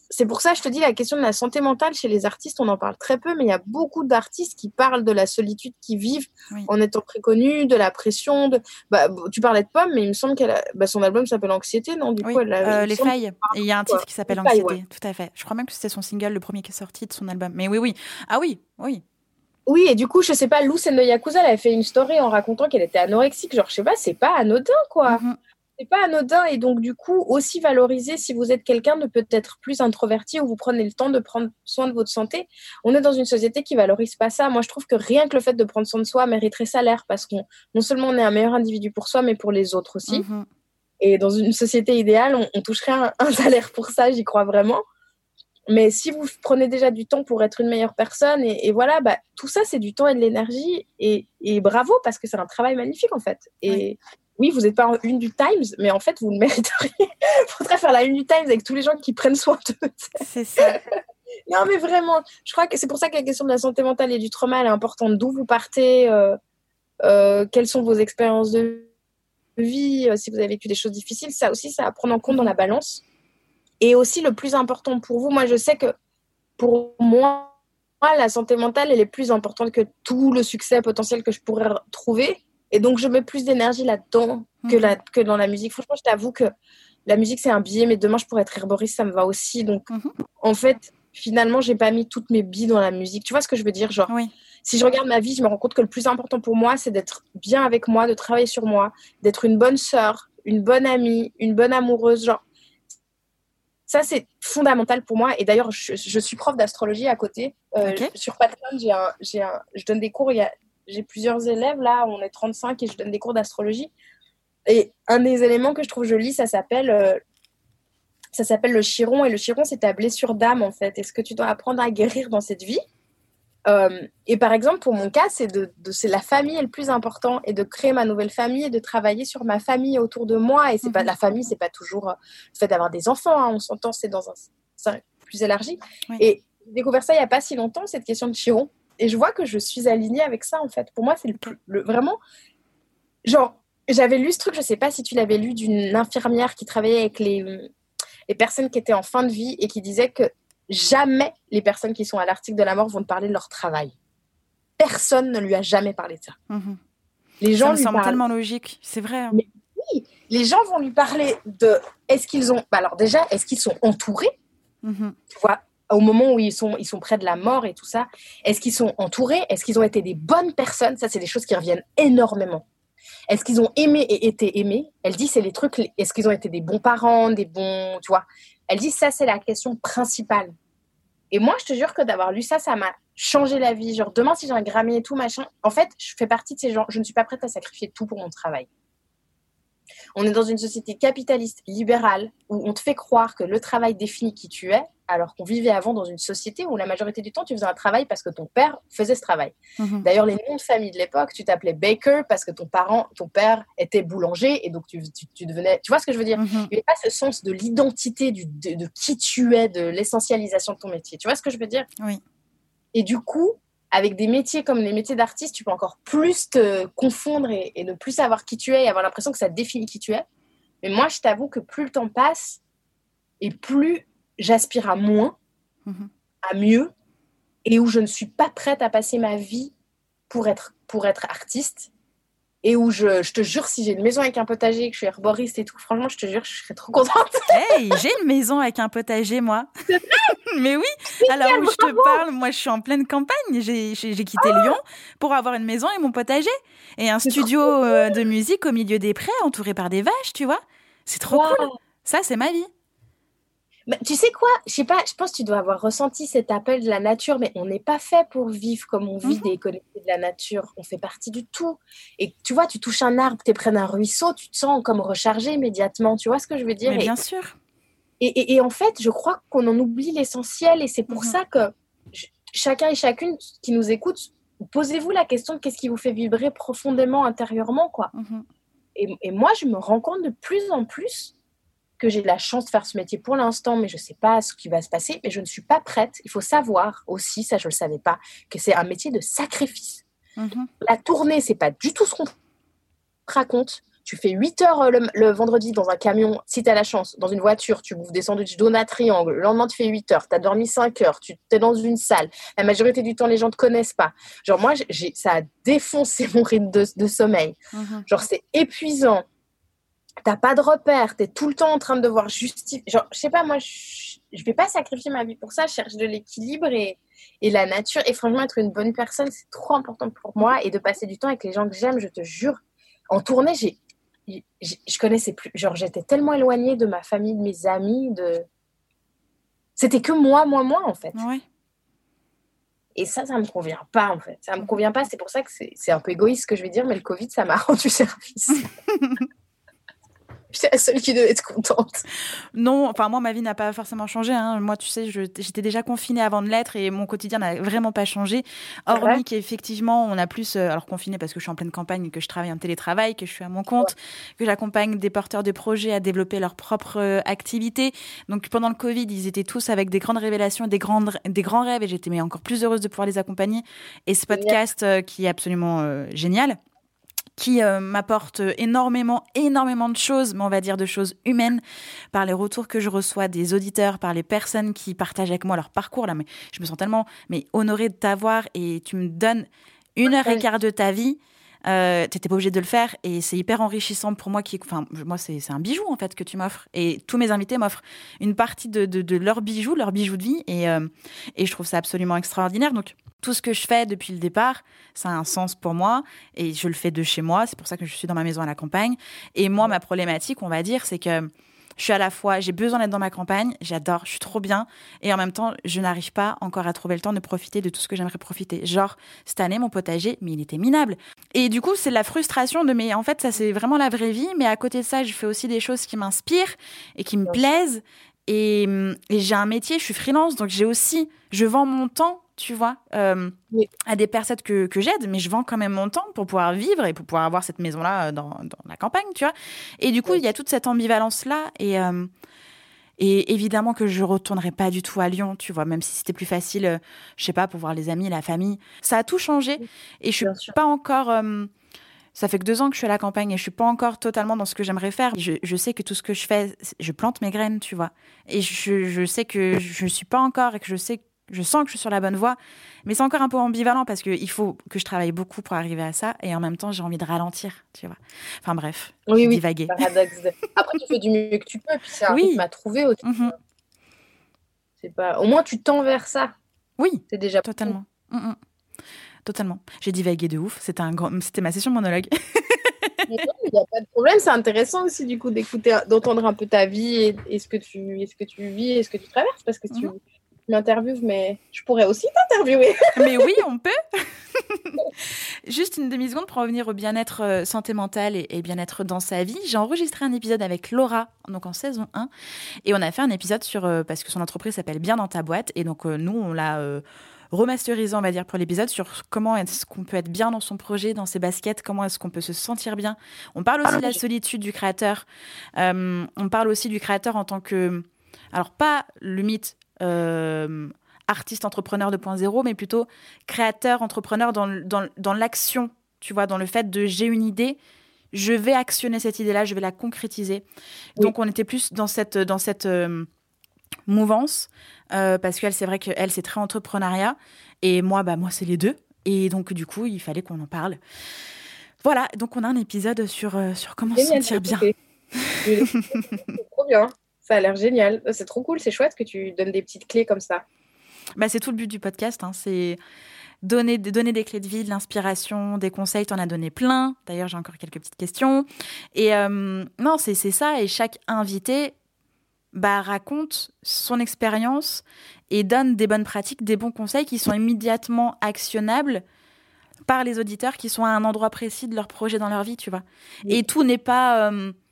c'est pour ça que je te dis, la question de la santé mentale chez les artistes, on en parle très peu, mais il y a beaucoup d'artistes qui parlent de la solitude qu'ils vivent en étant préconnus, de la pression. Tu parlais de Pomme, mais il me semble qu'elle son album s'appelle Anxiété, non? Du coup, Les Failles. Et il y a un titre qui s'appelle Anxiété, tout à fait. Je crois même que c'était son single, le premier qui est sorti de son album. Mais oui. Ah oui. Oui, et du coup, je sais pas, Lou Sendo Yakuza, elle avait fait une story en racontant qu'elle était anorexique. Genre, je sais pas, c'est pas anodin, quoi. Mm-hmm. C'est pas anodin. Et donc, du coup, aussi valoriser si vous êtes quelqu'un de peut-être plus introverti ou vous prenez le temps de prendre soin de votre santé. On est dans une société qui valorise pas ça. Moi, je trouve que rien que le fait de prendre soin de soi mériterait salaire parce qu'on non seulement on est un meilleur individu pour soi, mais pour les autres aussi. Mm-hmm. Et dans une société idéale, on toucherait un salaire pour ça, j'y crois vraiment. Mais si vous prenez déjà du temps pour être une meilleure personne, et voilà, tout ça, c'est du temps et de l'énergie. Et bravo, parce que c'est un travail magnifique, en fait. Et oui, vous n'êtes pas en une du Times, mais en fait, vous le mériteriez. Il faudrait faire la une du Times avec tous les gens qui prennent soin d'eux. C'est ça. Non, mais vraiment, je crois que c'est pour ça que la question de la santé mentale et du trauma, elle est importante. D'où vous partez, quelles sont vos expériences de vie, si vous avez vécu des choses difficiles. Ça aussi, ça à prendre en compte dans la balance. Et aussi, le plus important pour vous, moi, je sais que pour moi, la santé mentale, elle est plus importante que tout le succès potentiel que je pourrais trouver. Et donc, je mets plus d'énergie là-dedans que dans la musique. Franchement, je t'avoue que la musique, c'est un billet, mais demain, je pourrais être herboriste, ça me va aussi. Donc, en fait, finalement, je n'ai pas mis toutes mes billes dans la musique. Tu vois ce que je veux dire? Genre, si je regarde ma vie, je me rends compte que le plus important pour moi, c'est d'être bien avec moi, de travailler sur moi, d'être une bonne sœur, une bonne amie, une bonne amoureuse, genre. Ça, c'est fondamental pour moi. Et d'ailleurs, je suis prof d'astrologie à côté. Sur Patreon, je donne des cours. J'ai plusieurs élèves, là. On est 35 et je donne des cours d'astrologie. Et un des éléments que je trouve joli, ça s'appelle le chiron. Et le chiron, c'est ta blessure d'âme, en fait. Est-ce que tu dois apprendre à guérir dans cette vie? Et par exemple, pour mon cas, c'est la famille est le plus important, et de créer ma nouvelle famille et de travailler sur ma famille autour de moi. Et c'est pas la famille, c'est pas toujours le fait d'avoir des enfants, hein, on s'entend, c'est dans un cercle plus élargi. Et j'ai découvert ça il y a pas si longtemps, cette question de chiron, et je vois que je suis alignée avec ça, en fait. Pour moi, c'est vraiment genre, j'avais lu ce truc, je sais pas si tu l'avais lu, d'une infirmière qui travaillait avec les personnes qui étaient en fin de vie et qui disait que jamais les personnes qui sont à l'article de la mort vont te parler de leur travail. Personne ne lui a jamais parlé de ça. Les gens ça me semble tellement logique, c'est vrai. Hein. Mais oui, les gens vont lui parler de est-ce qu'ils sont entourés? Tu vois, au moment où ils sont près de la mort et tout ça, est-ce qu'ils sont entourés? Est-ce qu'ils ont été des bonnes personnes? Ça, c'est des choses qui reviennent énormément. Est-ce qu'ils ont aimé et été aimés? Elle dit, c'est les trucs, est-ce qu'ils ont été des bons parents, des bons, tu vois? Elle dit, ça, c'est la question principale. Et moi, je te jure que d'avoir lu ça, ça m'a changé la vie. Genre, demain, si j'ai un Grammy et tout, machin, en fait, je fais partie de ces gens. Je ne suis pas prête à sacrifier tout pour mon travail. On est dans une société capitaliste, libérale, où on te fait croire que le travail définit qui tu es, alors qu'on vivait avant dans une société où la majorité du temps, tu faisais un travail parce que ton père faisait ce travail. D'ailleurs, les noms de famille de l'époque, tu t'appelais Baker parce que ton père était boulanger, et donc tu devenais... Tu vois ce que je veux dire? Il n'y avait pas ce sens de l'identité, de qui tu es, de l'essentialisation de ton métier. Tu vois ce que je veux dire? Oui. Et du coup, avec des métiers comme les métiers d'artiste, tu peux encore plus te confondre et ne plus savoir qui tu es et avoir l'impression que ça définit qui tu es. Mais moi, je t'avoue que plus le temps passe et plus j'aspire à moins, à mieux, et où je ne suis pas prête à passer ma vie pour être artiste, et où je te jure, si j'ai une maison avec un potager, que je suis herboriste et tout, franchement, je te jure, je serais trop contente. Hey, j'ai une maison avec un potager, moi. Mais oui, alors où je te parle, moi je suis en pleine campagne, j'ai quitté Lyon pour avoir une maison et mon potager, et un studio de musique au milieu des prés, entouré par des vaches, tu vois. C'est trop cool, ça c'est ma vie. Bah, tu sais quoi, je sais pas, je pense que tu dois avoir ressenti cet appel de la nature, mais on n'est pas fait pour vivre comme on vit déconnecté de la nature. On fait partie du tout. Et tu vois, tu touches un arbre, tu es près d'un ruisseau, tu te sens comme rechargé immédiatement. Tu vois ce que je veux dire? Mais bien sûr. Et en fait, je crois qu'on en oublie l'essentiel, et c'est pour ça que chacun et chacune qui nous écoute, posez-vous la question de qu'est-ce qui vous fait vibrer profondément intérieurement, quoi. Et moi, je me rends compte de plus en plus que j'ai la chance de faire ce métier pour l'instant, mais je ne sais pas ce qui va se passer, mais je ne suis pas prête. Il faut savoir aussi, ça je ne le savais pas, que c'est un métier de sacrifice. La tournée, ce n'est pas du tout ce qu'on raconte. tu fais 8 heures le vendredi dans un camion, si tu as la chance, dans une voiture, tu bouffes des sandwichs donut triangle, le lendemain tu fais 8 heures, tu as dormi 5 heures, tu es dans une salle, la majorité du temps les gens ne te connaissent pas. Genre moi, ça a défoncé mon rythme de sommeil. Genre c'est épuisant, t'as pas de repères, t'es tout le temps en train de devoir justifier. Genre je sais pas, moi je vais pas sacrifier ma vie pour ça, je cherche de l'équilibre et la nature. Et franchement, être une bonne personne, c'est trop important pour moi. Et de passer du temps avec les gens que j'aime, je te jure. En tournée, je connaissais plus. Genre, j'étais tellement éloignée de ma famille, de mes amis. C'était que moi, en fait. Ouais. Et ça me convient pas, en fait. Ça me convient pas. C'est pour ça que c'est un peu égoïste ce que je vais dire, mais le Covid, ça m'a rendu service. J'étais la seule qui devait être contente. Non, enfin moi ma vie n'a pas forcément changé. Hein. Moi tu sais, j'étais déjà confinée avant de l'être et mon quotidien n'a vraiment pas changé. Hormis qu'effectivement on a plus, alors confinée parce que je suis en pleine campagne, que je travaille en télétravail, que je suis à mon compte, que j'accompagne des porteurs de projets à développer leur propre activité. Donc pendant le Covid, ils étaient tous avec des grandes révélations, des grands rêves et j'étais encore plus heureuse de pouvoir les accompagner. Et ce podcast qui est absolument génial, qui m'apporte énormément de choses, mais on va dire de choses humaines, par les retours que je reçois des auditeurs, par les personnes qui partagent avec moi leur parcours. Là, mais je me sens tellement honorée de t'avoir et tu me donnes 1h15 de ta vie. T'étais pas obligée de le faire et c'est hyper enrichissant pour moi. Moi, c'est un bijou en fait que tu m'offres et tous mes invités m'offrent une partie de leur bijou de vie et je trouve ça absolument extraordinaire. Donc tout ce que je fais depuis le départ, ça a un sens pour moi et je le fais de chez moi. C'est pour ça que je suis dans ma maison à la campagne. Et moi, ma problématique, on va dire, c'est que je suis à la fois, j'ai besoin d'être dans ma campagne, j'adore, je suis trop bien, et en même temps, je n'arrive pas encore à trouver le temps de profiter de tout ce que j'aimerais profiter. Genre, cette année, mon potager, mais il était minable. Et du coup, c'est la frustration mais en fait, ça, c'est vraiment la vraie vie, mais à côté de ça, je fais aussi des choses qui m'inspirent et qui me plaisent, et j'ai un métier, je suis freelance, donc je vends mon temps, tu vois, à des personnes que j'aide, mais je vends quand même mon temps pour pouvoir vivre et pour pouvoir avoir cette maison-là dans la campagne, tu vois. Et du coup, il y a toute cette ambivalence-là et évidemment que je retournerai pas du tout à Lyon, tu vois, même si c'était plus facile, je sais pas, pour voir les amis, la famille. Ça a tout changé et je suis pas encore... ça fait que 2 ans que je suis à la campagne et je suis pas encore totalement dans ce que j'aimerais faire. Je sais que tout ce que je fais, je plante mes graines, tu vois. Et je sais que je suis pas encore et que je sens que je suis sur la bonne voie, mais c'est encore un peu ambivalent parce qu'il faut que je travaille beaucoup pour arriver à ça et en même temps, j'ai envie de ralentir, tu vois. Enfin bref, j'ai divagué. Paradoxe. Après, tu fais du mieux que tu peux, puis c'est un rythme à trouver aussi. C'est pas... Au moins, tu tends vers ça. Oui, c'est déjà totalement. Totalement. J'ai divagué de ouf. C'était ma session monologue. Il n'y a pas de problème. C'est intéressant aussi, du coup, d'entendre un peu ta vie et ce que tu vis et ce que tu traverses. Parce que tu m'interviews, mais je pourrais aussi t'interviewer. Mais oui, on peut. Juste une demi-seconde pour revenir au bien-être santé mentale et bien-être dans sa vie. J'ai enregistré un épisode avec Laura, donc en saison 1. Et on a fait un épisode parce que son entreprise s'appelle Bien dans ta boîte. Et donc, nous, on l'a... remasterisé, on va dire, pour l'épisode sur comment est-ce qu'on peut être bien dans son projet, dans ses baskets, comment est-ce qu'on peut se sentir bien. On parle aussi de la solitude du créateur. On parle aussi du créateur en tant que... Alors, pas le mythe artiste entrepreneur 2.0, mais plutôt créateur entrepreneur dans l'action, tu vois, dans le fait de j'ai une idée, je vais actionner cette idée-là, je vais la concrétiser. Oui. Donc, on était plus dans cette mouvance, parce qu'elle, c'est vrai qu'elle, c'est très entrepreneuriat, et moi, c'est les deux. Et donc, du coup, il fallait qu'on en parle. Voilà, donc on a un épisode sur comment se sentir bien. C'est trop bien, ça a l'air génial. C'est trop cool, c'est chouette que tu donnes des petites clés comme ça. C'est tout le but du podcast, hein, c'est donner des clés de vie, de l'inspiration, des conseils. T'en as donné plein. D'ailleurs, j'ai encore quelques petites questions. Et non, c'est ça. Et chaque invité raconte son expérience et donne des bonnes pratiques, des bons conseils qui sont immédiatement actionnables par les auditeurs qui sont à un endroit précis de leur projet dans leur vie, tu vois. Oui. Et tout n'est pas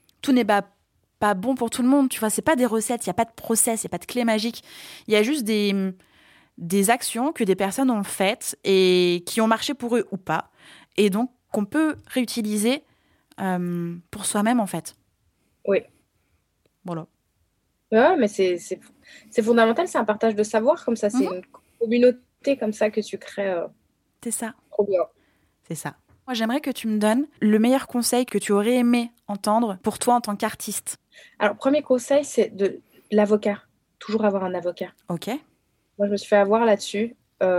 bon pour tout le monde, tu vois. C'est pas des recettes, il y a pas de process, il y a pas de clé magique. Il y a juste des actions que des personnes ont faites et qui ont marché pour eux ou pas, et donc qu'on peut réutiliser pour soi-même, en fait. Oui. Voilà. Ouais, mais c'est fondamental, c'est un partage de savoir, comme ça, c'est une communauté comme ça que tu crées. C'est ça. Trop bien. C'est ça. Moi, j'aimerais que tu me donnes le meilleur conseil que tu aurais aimé entendre pour toi en tant qu'artiste. Alors, premier conseil, c'est de l'avocat. Toujours avoir un avocat. Ok. Moi, je me suis fait avoir là-dessus.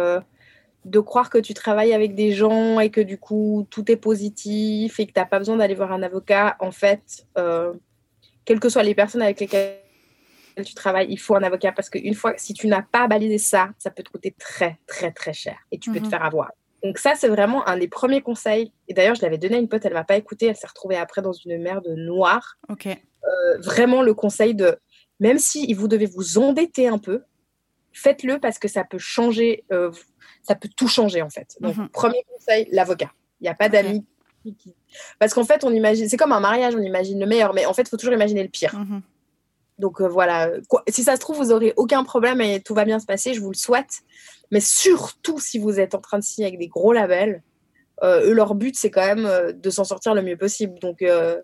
De croire que tu travailles avec des gens et que du coup, tout est positif et que tu n'as pas besoin d'aller voir un avocat. En fait, quelles que soient les personnes avec lesquelles tu travailles, il faut un avocat parce qu'une fois, si tu n'as pas balisé ça, ça peut te coûter très, très, très cher et tu peux te faire avoir. Donc ça, c'est vraiment un des premiers conseils. Et d'ailleurs, je l'avais donné à une pote, elle ne m'a pas écouté, elle s'est retrouvée après dans une merde noire. Ok. Vraiment le conseil de, même si vous devez vous endetter un peu, faites-le parce que ça peut changer, ça peut tout changer en fait. Donc, premier conseil, l'avocat. Il n'y a pas d'amis. Parce qu'en fait, on imagine, c'est comme un mariage, on imagine le meilleur, mais en fait, il faut toujours imaginer le pire. Donc voilà, si ça se trouve, vous n'aurez aucun problème et tout va bien se passer, je vous le souhaite. Mais surtout si vous êtes en train de signer avec des gros labels, eux, leur but, c'est quand même de s'en sortir le mieux possible. Donc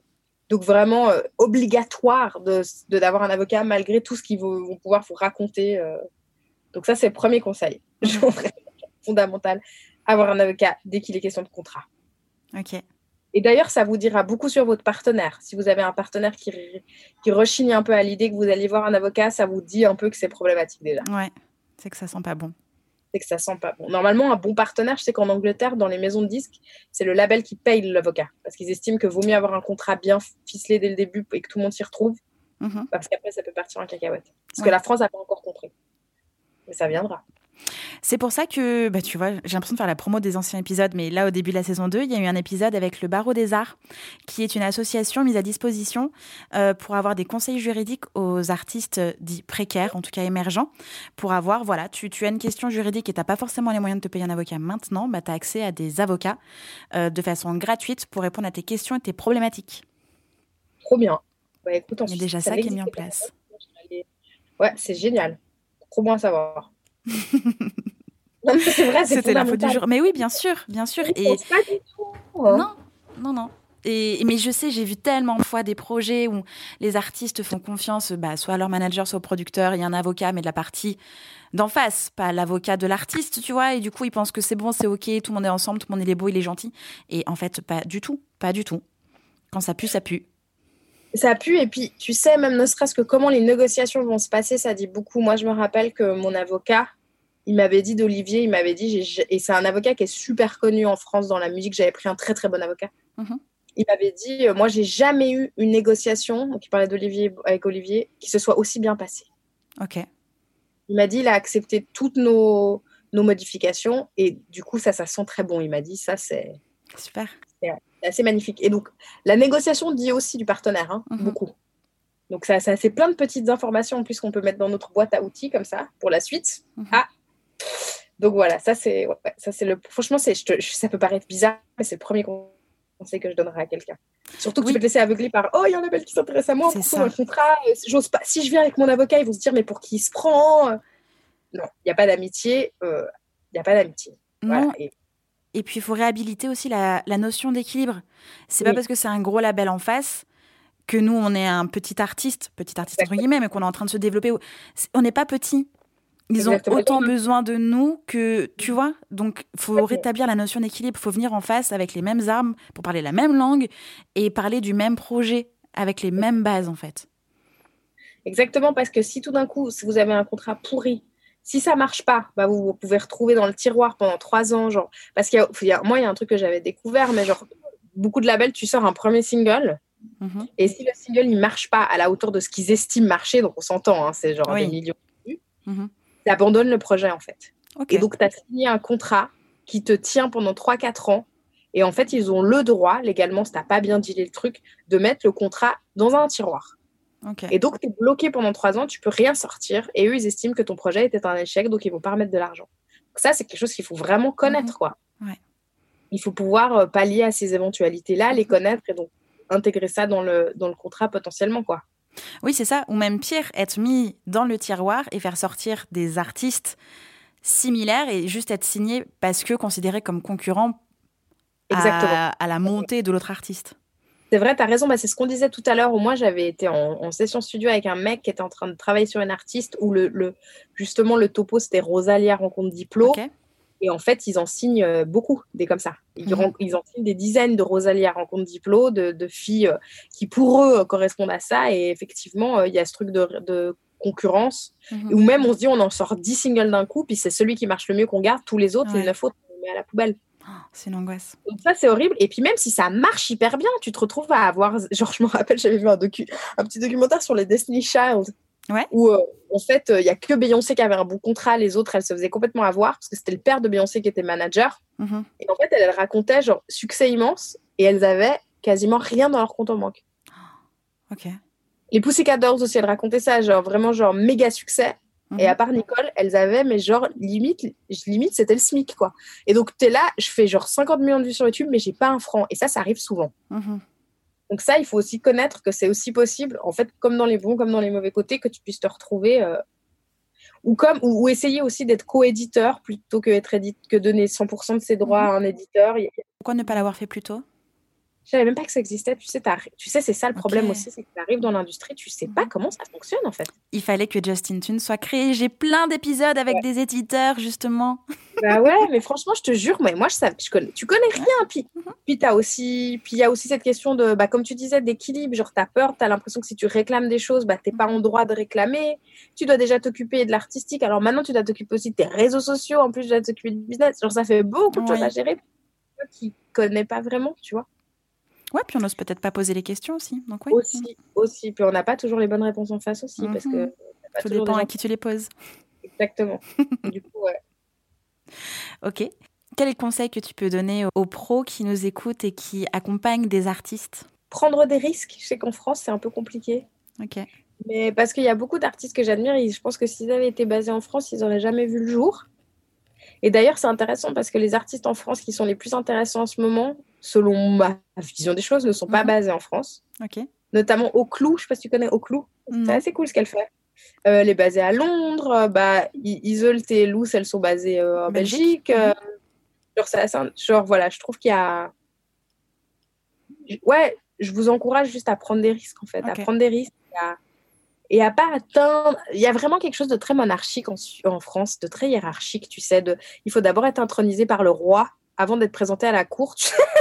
vraiment obligatoire d'avoir un avocat malgré tout ce qu'ils vont pouvoir vous raconter. Donc ça, c'est le premier conseil. Fondamental, avoir un avocat dès qu'il est question de contrat. Ok. Et d'ailleurs, ça vous dira beaucoup sur votre partenaire. Si vous avez un partenaire qui rechigne un peu à l'idée que vous allez voir un avocat, ça vous dit un peu que c'est problématique déjà. Ouais, c'est que ça sent pas bon. C'est que ça sent pas bon. Normalement, un bon partenaire, je sais qu'en Angleterre, dans les maisons de disques, c'est le label qui paye l'avocat. Parce qu'ils estiment que vaut mieux avoir un contrat bien ficelé dès le début et que tout le monde s'y retrouve. Parce qu'après, ça peut partir en cacahuète. Parce que la France n'a pas encore compris. Mais ça viendra. C'est pour ça que, tu vois, j'ai l'impression de faire la promo des anciens épisodes, mais là, au début de la saison 2, il y a eu un épisode avec le Barreau des Arts, qui est une association mise à disposition pour avoir des conseils juridiques aux artistes dits précaires, en tout cas émergents, pour avoir, voilà, tu as une question juridique et tu n'as pas forcément les moyens de te payer un avocat maintenant, tu as accès à des avocats de façon gratuite pour répondre à tes questions et tes problématiques. Trop bien. Écoute, il y a déjà ça qui est mis en place. Ouais, c'est génial. Trop bon à savoir. Non, mais c'est vrai, c'était la faute du jour. Mais oui, bien sûr. Et pas du tout, hein. Non. Mais je sais, j'ai vu tellement de fois des projets où les artistes font confiance, soit à leur manager, soit au producteur. Il y a un avocat, mais de la partie d'en face, pas l'avocat de l'artiste, tu vois. Et du coup, ils pensent que c'est bon, c'est ok, tout le monde est ensemble, tout le monde est beau, il est gentil. Et en fait, pas du tout. Quand ça pue, ça pue. Ça pue, et puis tu sais, même ne serait-ce que comment les négociations vont se passer, ça dit beaucoup. Moi, je me rappelle que mon avocat, il m'avait dit d'Olivier, et c'est un avocat qui est super connu en France dans la musique, j'avais pris un très très bon avocat. Il m'avait dit, moi, j'ai jamais eu une négociation, donc il parlait d'Olivier, avec Olivier, qui se soit aussi bien passée. Ok. Il m'a dit, il a accepté toutes nos modifications, et du coup, ça sent très bon. Il m'a dit, ça, c'est... Super. C'est assez magnifique. Et donc, la négociation dit aussi du partenaire, beaucoup. Donc, ça c'est plein de petites informations en plus qu'on peut mettre dans notre boîte à outils, comme ça, pour la suite. Donc, voilà, ça, c'est le... Franchement, ça peut paraître bizarre, mais c'est le premier conseil que je donnerais à quelqu'un. Surtout que tu peux te laisser aveugler par « Oh, il y a un label qui s'intéresse à moi, pour un contrat, j'ose pas. Si je viens avec mon avocat, ils vont se dire « Mais pour qui il se prend ?» Non, il n'y a pas d'amitié. Voilà. Et puis, il faut réhabiliter aussi la notion d'équilibre. C'est pas parce que c'est un gros label en face que nous, on est un petit artiste entre guillemets, mais qu'on est en train de se développer. On n'est pas petit. Ils ont autant besoin de nous que, tu vois. Donc, il faut rétablir la notion d'équilibre. Il faut venir en face avec les mêmes armes pour parler la même langue et parler du même projet avec les mêmes bases, en fait. Exactement, parce que si tout d'un coup, si vous avez un contrat pourri, si ça marche pas, vous pouvez retrouver dans le tiroir pendant 3 ans, genre, parce qu'il y a un truc que j'avais découvert, mais genre, beaucoup de labels, tu sors un premier single, et si le single, il marche pas à la hauteur de ce qu'ils estiment marcher, donc on s'entend, hein, c'est genre des millions de vues, tu abandonnes le projet, en fait. Et donc, tu as signé un contrat qui te tient pendant 3-4 ans, et en fait, ils ont le droit, légalement, si t'as pas bien dealé le truc, de mettre le contrat dans un tiroir. Et donc, tu es bloqué pendant 3 ans, tu peux rien sortir. Et eux, ils estiment que ton projet était un échec, donc ils ne vont pas remettre de l'argent. Donc ça, c'est quelque chose qu'il faut vraiment connaître, quoi. Ouais. Il faut pouvoir pallier à ces éventualités-là, les connaître et donc intégrer ça dans le contrat potentiellement, quoi. Oui, c'est ça. Ou même pire, être mis dans le tiroir et faire sortir des artistes similaires et juste être signé parce que considéré comme concurrent à la montée de l'autre artiste. C'est vrai, tu as raison. C'est ce qu'on disait tout à l'heure. Moi, j'avais été en session studio avec un mec qui était en train de travailler sur une artiste où justement le topo, c'était Rosalia rencontre Diplo. Et en fait, ils en signent beaucoup, des comme ça. Ils en signent des dizaines de Rosalie à rencontre Diplo, de filles qui, pour eux, correspondent à ça. Et effectivement, il y a ce truc de concurrence, où même on se dit, on en sort 10 singles d'un coup, puis c'est celui qui marche le mieux qu'on garde. Tous les autres, les 9 autres, on les met à la poubelle. C'est une angoisse. Donc ça, c'est horrible. Et puis même si ça marche hyper bien, tu te retrouves à avoir... Genre, je me rappelle, j'avais vu un petit documentaire sur les Destiny Child. Ouais. Où en fait il y a que Beyoncé qui avait un bon contrat, les autres elles se faisaient complètement avoir parce que c'était le père de Beyoncé qui était manager. Et en fait elle racontait genre succès immense et elles avaient quasiment rien dans leur compte en banque. Ok. Les Pussycat Dolls aussi, elles racontaient ça, genre vraiment genre méga succès. Et à part Nicole, elles avaient mais genre limite c'était le SMIC quoi. Et donc t'es là, je fais genre 50 millions de vues sur YouTube mais j'ai pas un franc, et ça arrive souvent. Donc ça, il faut aussi connaître que c'est aussi possible, en fait, comme dans les bons, comme dans les mauvais côtés, que tu puisses te retrouver, ou essayer aussi d'être co-éditeur plutôt que donner 100% de ses droits à un éditeur. Pourquoi ne pas l'avoir fait plus tôt ? Je savais même pas que ça existait. Tu sais, c'est ça le problème aussi, c'est que tu arrives dans l'industrie, tu sais pas comment ça fonctionne en fait. Il fallait que Justin Tune soit créé. J'ai plein d'épisodes avec des éditeurs justement. Bah ouais, mais franchement, je te jure, moi tu connais rien. Puis il y a aussi cette question de, comme tu disais, d'équilibre. Genre t'as peur, t'as l'impression que si tu réclames des choses, t'es pas en droit de réclamer. Tu dois déjà t'occuper de l'artistique. Alors maintenant, tu dois t'occuper aussi de tes réseaux sociaux. En plus, tu dois t'occuper du business. Genre ça fait beaucoup de choses à gérer. Toi qui connais pas vraiment, tu vois. Ouais, puis on n'ose peut-être pas poser les questions aussi. Donc, ouais. Aussi. Puis on n'a pas toujours les bonnes réponses en face aussi. Parce que tout dépend à qui tu les poses. Exactement. Du coup, ouais. Ok. Quel est le conseil que tu peux donner aux pros qui nous écoutent et qui accompagnent des artistes ? Prendre des risques. Je sais qu'en France, c'est un peu compliqué. Ok. Mais parce qu'il y a beaucoup d'artistes que j'admire, et je pense que s'ils avaient été basés en France, ils n'auraient jamais vu le jour. Et d'ailleurs, c'est intéressant parce que les artistes en France qui sont les plus intéressants en ce moment, selon ma vision des choses, ne sont pas basés en France. Ok. Notamment Oclou, je ne sais pas si tu connais Oclou. C'est assez cool ce qu'elle fait. Elle est basée à Londres. Iseult et Luce, elles sont basées en Belgique. Voilà, je trouve qu'il y a... Ouais, je vous encourage juste à prendre des risques, en fait. À prendre des risques et à pas atteindre... Il y a vraiment quelque chose de très monarchique en France, de très hiérarchique, tu sais. Il faut d'abord être intronisé par le roi avant d'être présenté à la cour.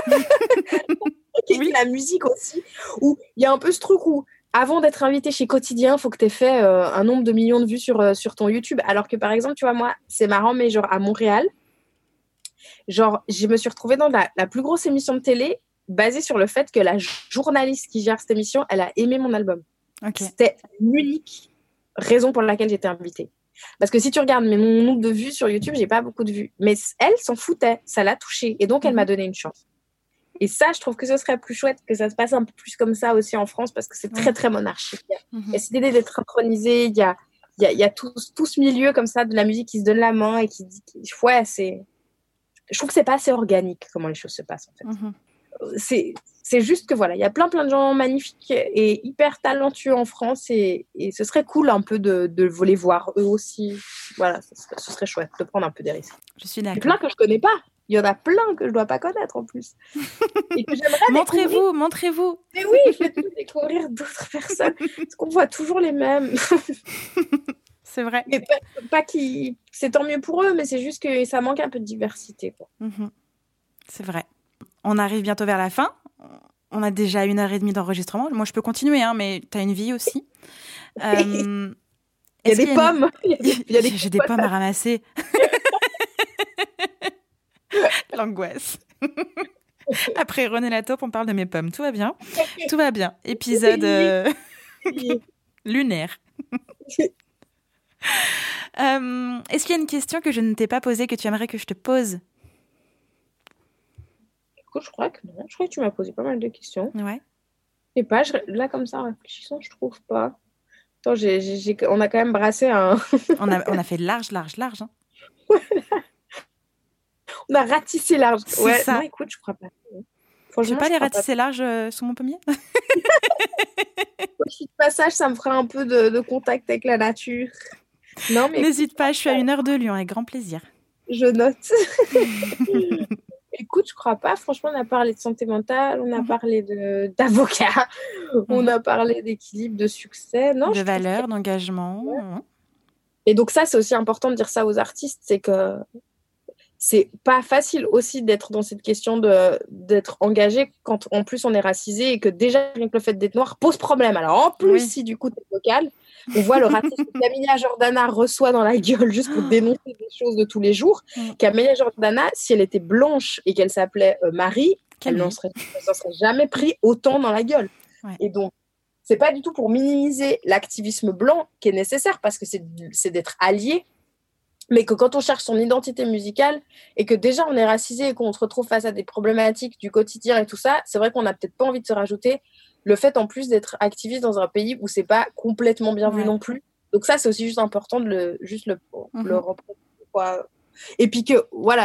Et la musique aussi, où il y a un peu ce truc où, avant d'être invité chez Quotidien, il faut que tu aies fait un nombre de millions de vues sur ton YouTube. Alors que, par exemple, tu vois, moi, c'est marrant, mais genre à Montréal, genre, je me suis retrouvée dans la plus grosse émission de télé basée sur le fait que la journaliste qui gère cette émission, elle a aimé mon album. C'était l'unique raison pour laquelle j'étais invitée. Parce que si tu regardes mon nombre de vues sur YouTube, j'ai pas beaucoup de vues. Mais elle s'en foutait, ça l'a touchée. Et donc, elle m'a donné une chance. Et ça, je trouve que ce serait plus chouette que ça se passe un peu plus comme ça aussi en France, parce que c'est très, très monarchique. Il y a cette idée d'être intronisé, il y a tout ce milieu comme ça de la musique qui se donne la main et qui dit... Ouais, je trouve que c'est pas assez organique comment les choses se passent, en fait. C'est juste que voilà, il y a plein de gens magnifiques et hyper talentueux en France, et ce serait cool un peu de les voir eux aussi. Voilà, ce serait chouette de prendre un peu des risques. Je suis d'accord. Il y a plein que je connais pas. Il y en a plein que je dois pas connaître en plus. Et que j'aimerais montrez-vous. Mais oui, je vais découvrir d'autres personnes. Parce qu'on voit toujours les mêmes. C'est vrai. Mais pas qui... C'est tant mieux pour eux, mais c'est juste que ça manque un peu de diversité, quoi. C'est vrai. On arrive bientôt vers la fin. On a déjà 1h30 d'enregistrement. Moi, je peux continuer, hein, mais tu as une vie aussi. Il y a des pommes. J'ai des pommes à ramasser. L'angoisse. Après René Lataupe, on parle de mes pommes. Tout va bien. Tout va bien. Épisode lunaire. Est-ce qu'il y a une question que je ne t'ai pas posée que tu aimerais que je te pose ? Écoute, je crois que non. Je crois que tu m'as posé pas mal de questions. Ouais. Je sais pas, là comme ça en réfléchissant, je trouve pas. Attends, on a quand même brassé un... on a fait large. Hein. On a ratissé large. C'est ça. Non, écoute, je crois pas. Je vais pas les ratisser large sous mon pommier. Je suis de passage, ça me fera un peu de contact avec la nature. Non, mais n'hésite pas, je suis à 1 heure de Lyon, avec grand plaisir. Je note. Écoute, je crois pas. Franchement, on a parlé de santé mentale, on a parlé d'avocat, on a parlé d'équilibre, de succès. Non, de valeur, d'engagement. Ouais. Et donc ça, c'est aussi important de dire ça aux artistes, c'est que c'est pas facile aussi d'être dans cette question d'être engagé quand en plus on est racisé et que déjà rien que le fait d'être noir pose problème. Alors en plus, si du coup t'es local, on voit le racisme que Camélia Jordana reçoit dans la gueule juste pour dénoncer des choses de tous les jours. Camélia Jordana, si elle était blanche et qu'elle s'appelait Marie, elle n'en serait jamais pris autant dans la gueule. Ouais. Et donc, c'est pas du tout pour minimiser l'activisme blanc qui est nécessaire parce que c'est d'être allié. Mais que quand on cherche son identité musicale et que déjà on est racisé et qu'on se retrouve face à des problématiques du quotidien et tout ça, c'est vrai qu'on n'a peut-être pas envie de se rajouter le fait en plus d'être activiste dans un pays où c'est pas complètement bien vu non plus. Donc ça, c'est aussi juste important de le représenter, quoi. Et puis que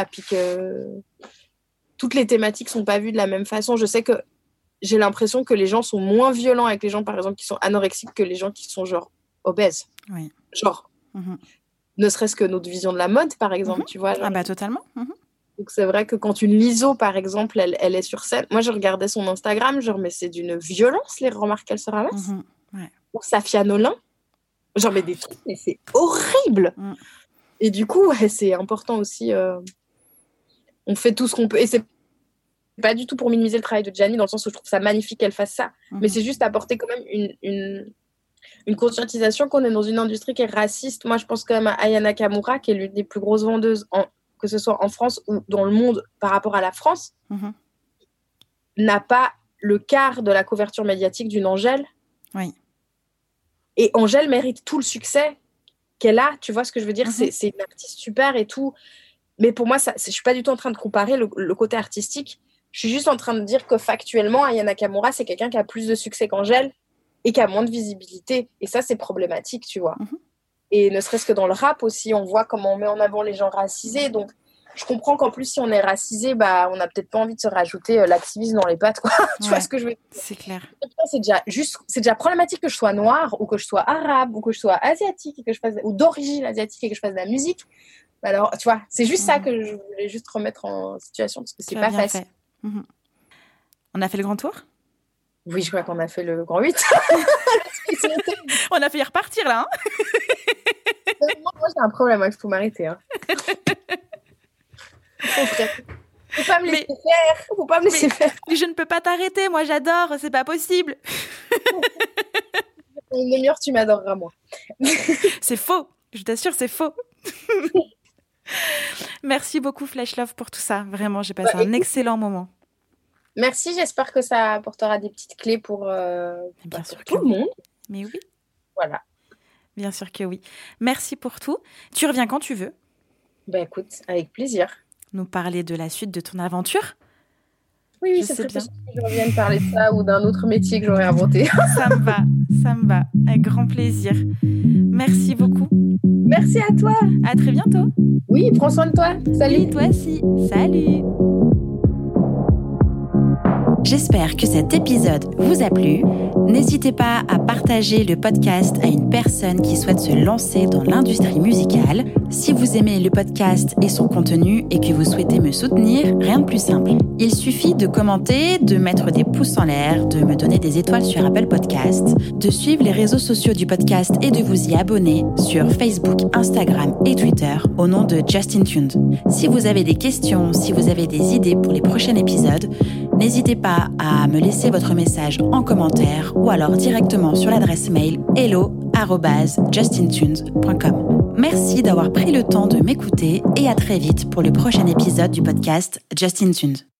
toutes les thématiques sont pas vues de la même façon. Je sais que j'ai l'impression que les gens sont moins violents avec les gens, par exemple, qui sont anorexiques que les gens qui sont genre obèses. Oui. Genre... Ne serait-ce que notre vision de la mode, par exemple, tu vois. Ah bah totalement. Donc c'est vrai que quand une Lizzo, par exemple, elle est sur scène, moi je regardais son Instagram, genre mais c'est d'une violence les remarques qu'elle se ramasse. Ou Safia Nolin, genre mais des trucs, mais c'est horrible. Et du coup, c'est important aussi. On fait tout ce qu'on peut. Et c'est pas du tout pour minimiser le travail de Gianni, dans le sens où je trouve ça magnifique qu'elle fasse ça. Mais c'est juste apporter quand même une conscientisation qu'on est dans une industrie qui est raciste. Moi, je pense quand même à Aya Nakamura, qui est l'une des plus grosses vendeuses, que ce soit en France ou dans le monde par rapport à la France, n'a pas le quart de la couverture médiatique d'une Angèle. Oui. Et Angèle mérite tout le succès qu'elle a. Tu vois ce que je veux dire ? C'est une artiste super et tout. Mais pour moi, je ne suis pas du tout en train de comparer le côté artistique. Je suis juste en train de dire que factuellement, Aya Nakamura, c'est quelqu'un qui a plus de succès qu'Angèle et qui a moins de visibilité. Et ça, c'est problématique, tu vois. Et ne serait-ce que dans le rap aussi, on voit comment on met en avant les gens racisés. Donc, je comprends qu'en plus, si on est racisé, bah, on n'a peut-être pas envie de se rajouter l'activisme dans les pattes, quoi. Tu vois ce que je veux dire ? C'est clair. C'est déjà problématique que je sois noire ou que je sois arabe ou que je sois asiatique ou d'origine asiatique et que je fasse de la musique. Alors, tu vois, c'est juste ça que je voulais juste remettre en situation parce que c'est pas facile. On a fait le grand tour ? Oui, je crois qu'on a fait le grand 8. On a failli repartir, là. Moi, j'ai un problème, il faut m'arrêter. Faut pas me laisser faire. Je ne peux pas t'arrêter, moi j'adore, c'est pas possible. Une demi-heure, tu m'adoreras, moi. C'est faux, je t'assure, c'est faux. Merci beaucoup, Flash Love, pour tout ça. Vraiment, j'ai passé un excellent moment. Merci, j'espère que ça apportera des petites clés pour tout le monde. Mais oui. Voilà. Bien sûr que oui. Merci pour tout. Tu reviens quand tu veux. Bah écoute, avec plaisir. Nous parler de la suite de ton aventure. Oui, c'est très possible que je revienne parler de ça ou d'un autre métier que j'aurais inventé. Ça me va. Avec grand plaisir. Merci beaucoup. Merci à toi. À très bientôt. Oui, prends soin de toi. Salut. Oui, toi aussi. Salut. J'espère que cet épisode vous a plu. N'hésitez pas à partager le podcast à une personne qui souhaite se lancer dans l'industrie musicale. Si vous aimez le podcast et son contenu et que vous souhaitez me soutenir, rien de plus simple. Il suffit de commenter, de mettre des pouces en l'air, de me donner des étoiles sur Apple Podcasts, de suivre les réseaux sociaux du podcast et de vous y abonner sur Facebook, Instagram et Twitter au nom de Justin Tuned. Si vous avez des questions, si vous avez des idées pour les prochains épisodes, n'hésitez pas à me laisser votre message en commentaire ou alors directement sur l'adresse mail hello@justintunes.com. Merci d'avoir pris le temps de m'écouter et à très vite pour le prochain épisode du podcast Justin Tuned.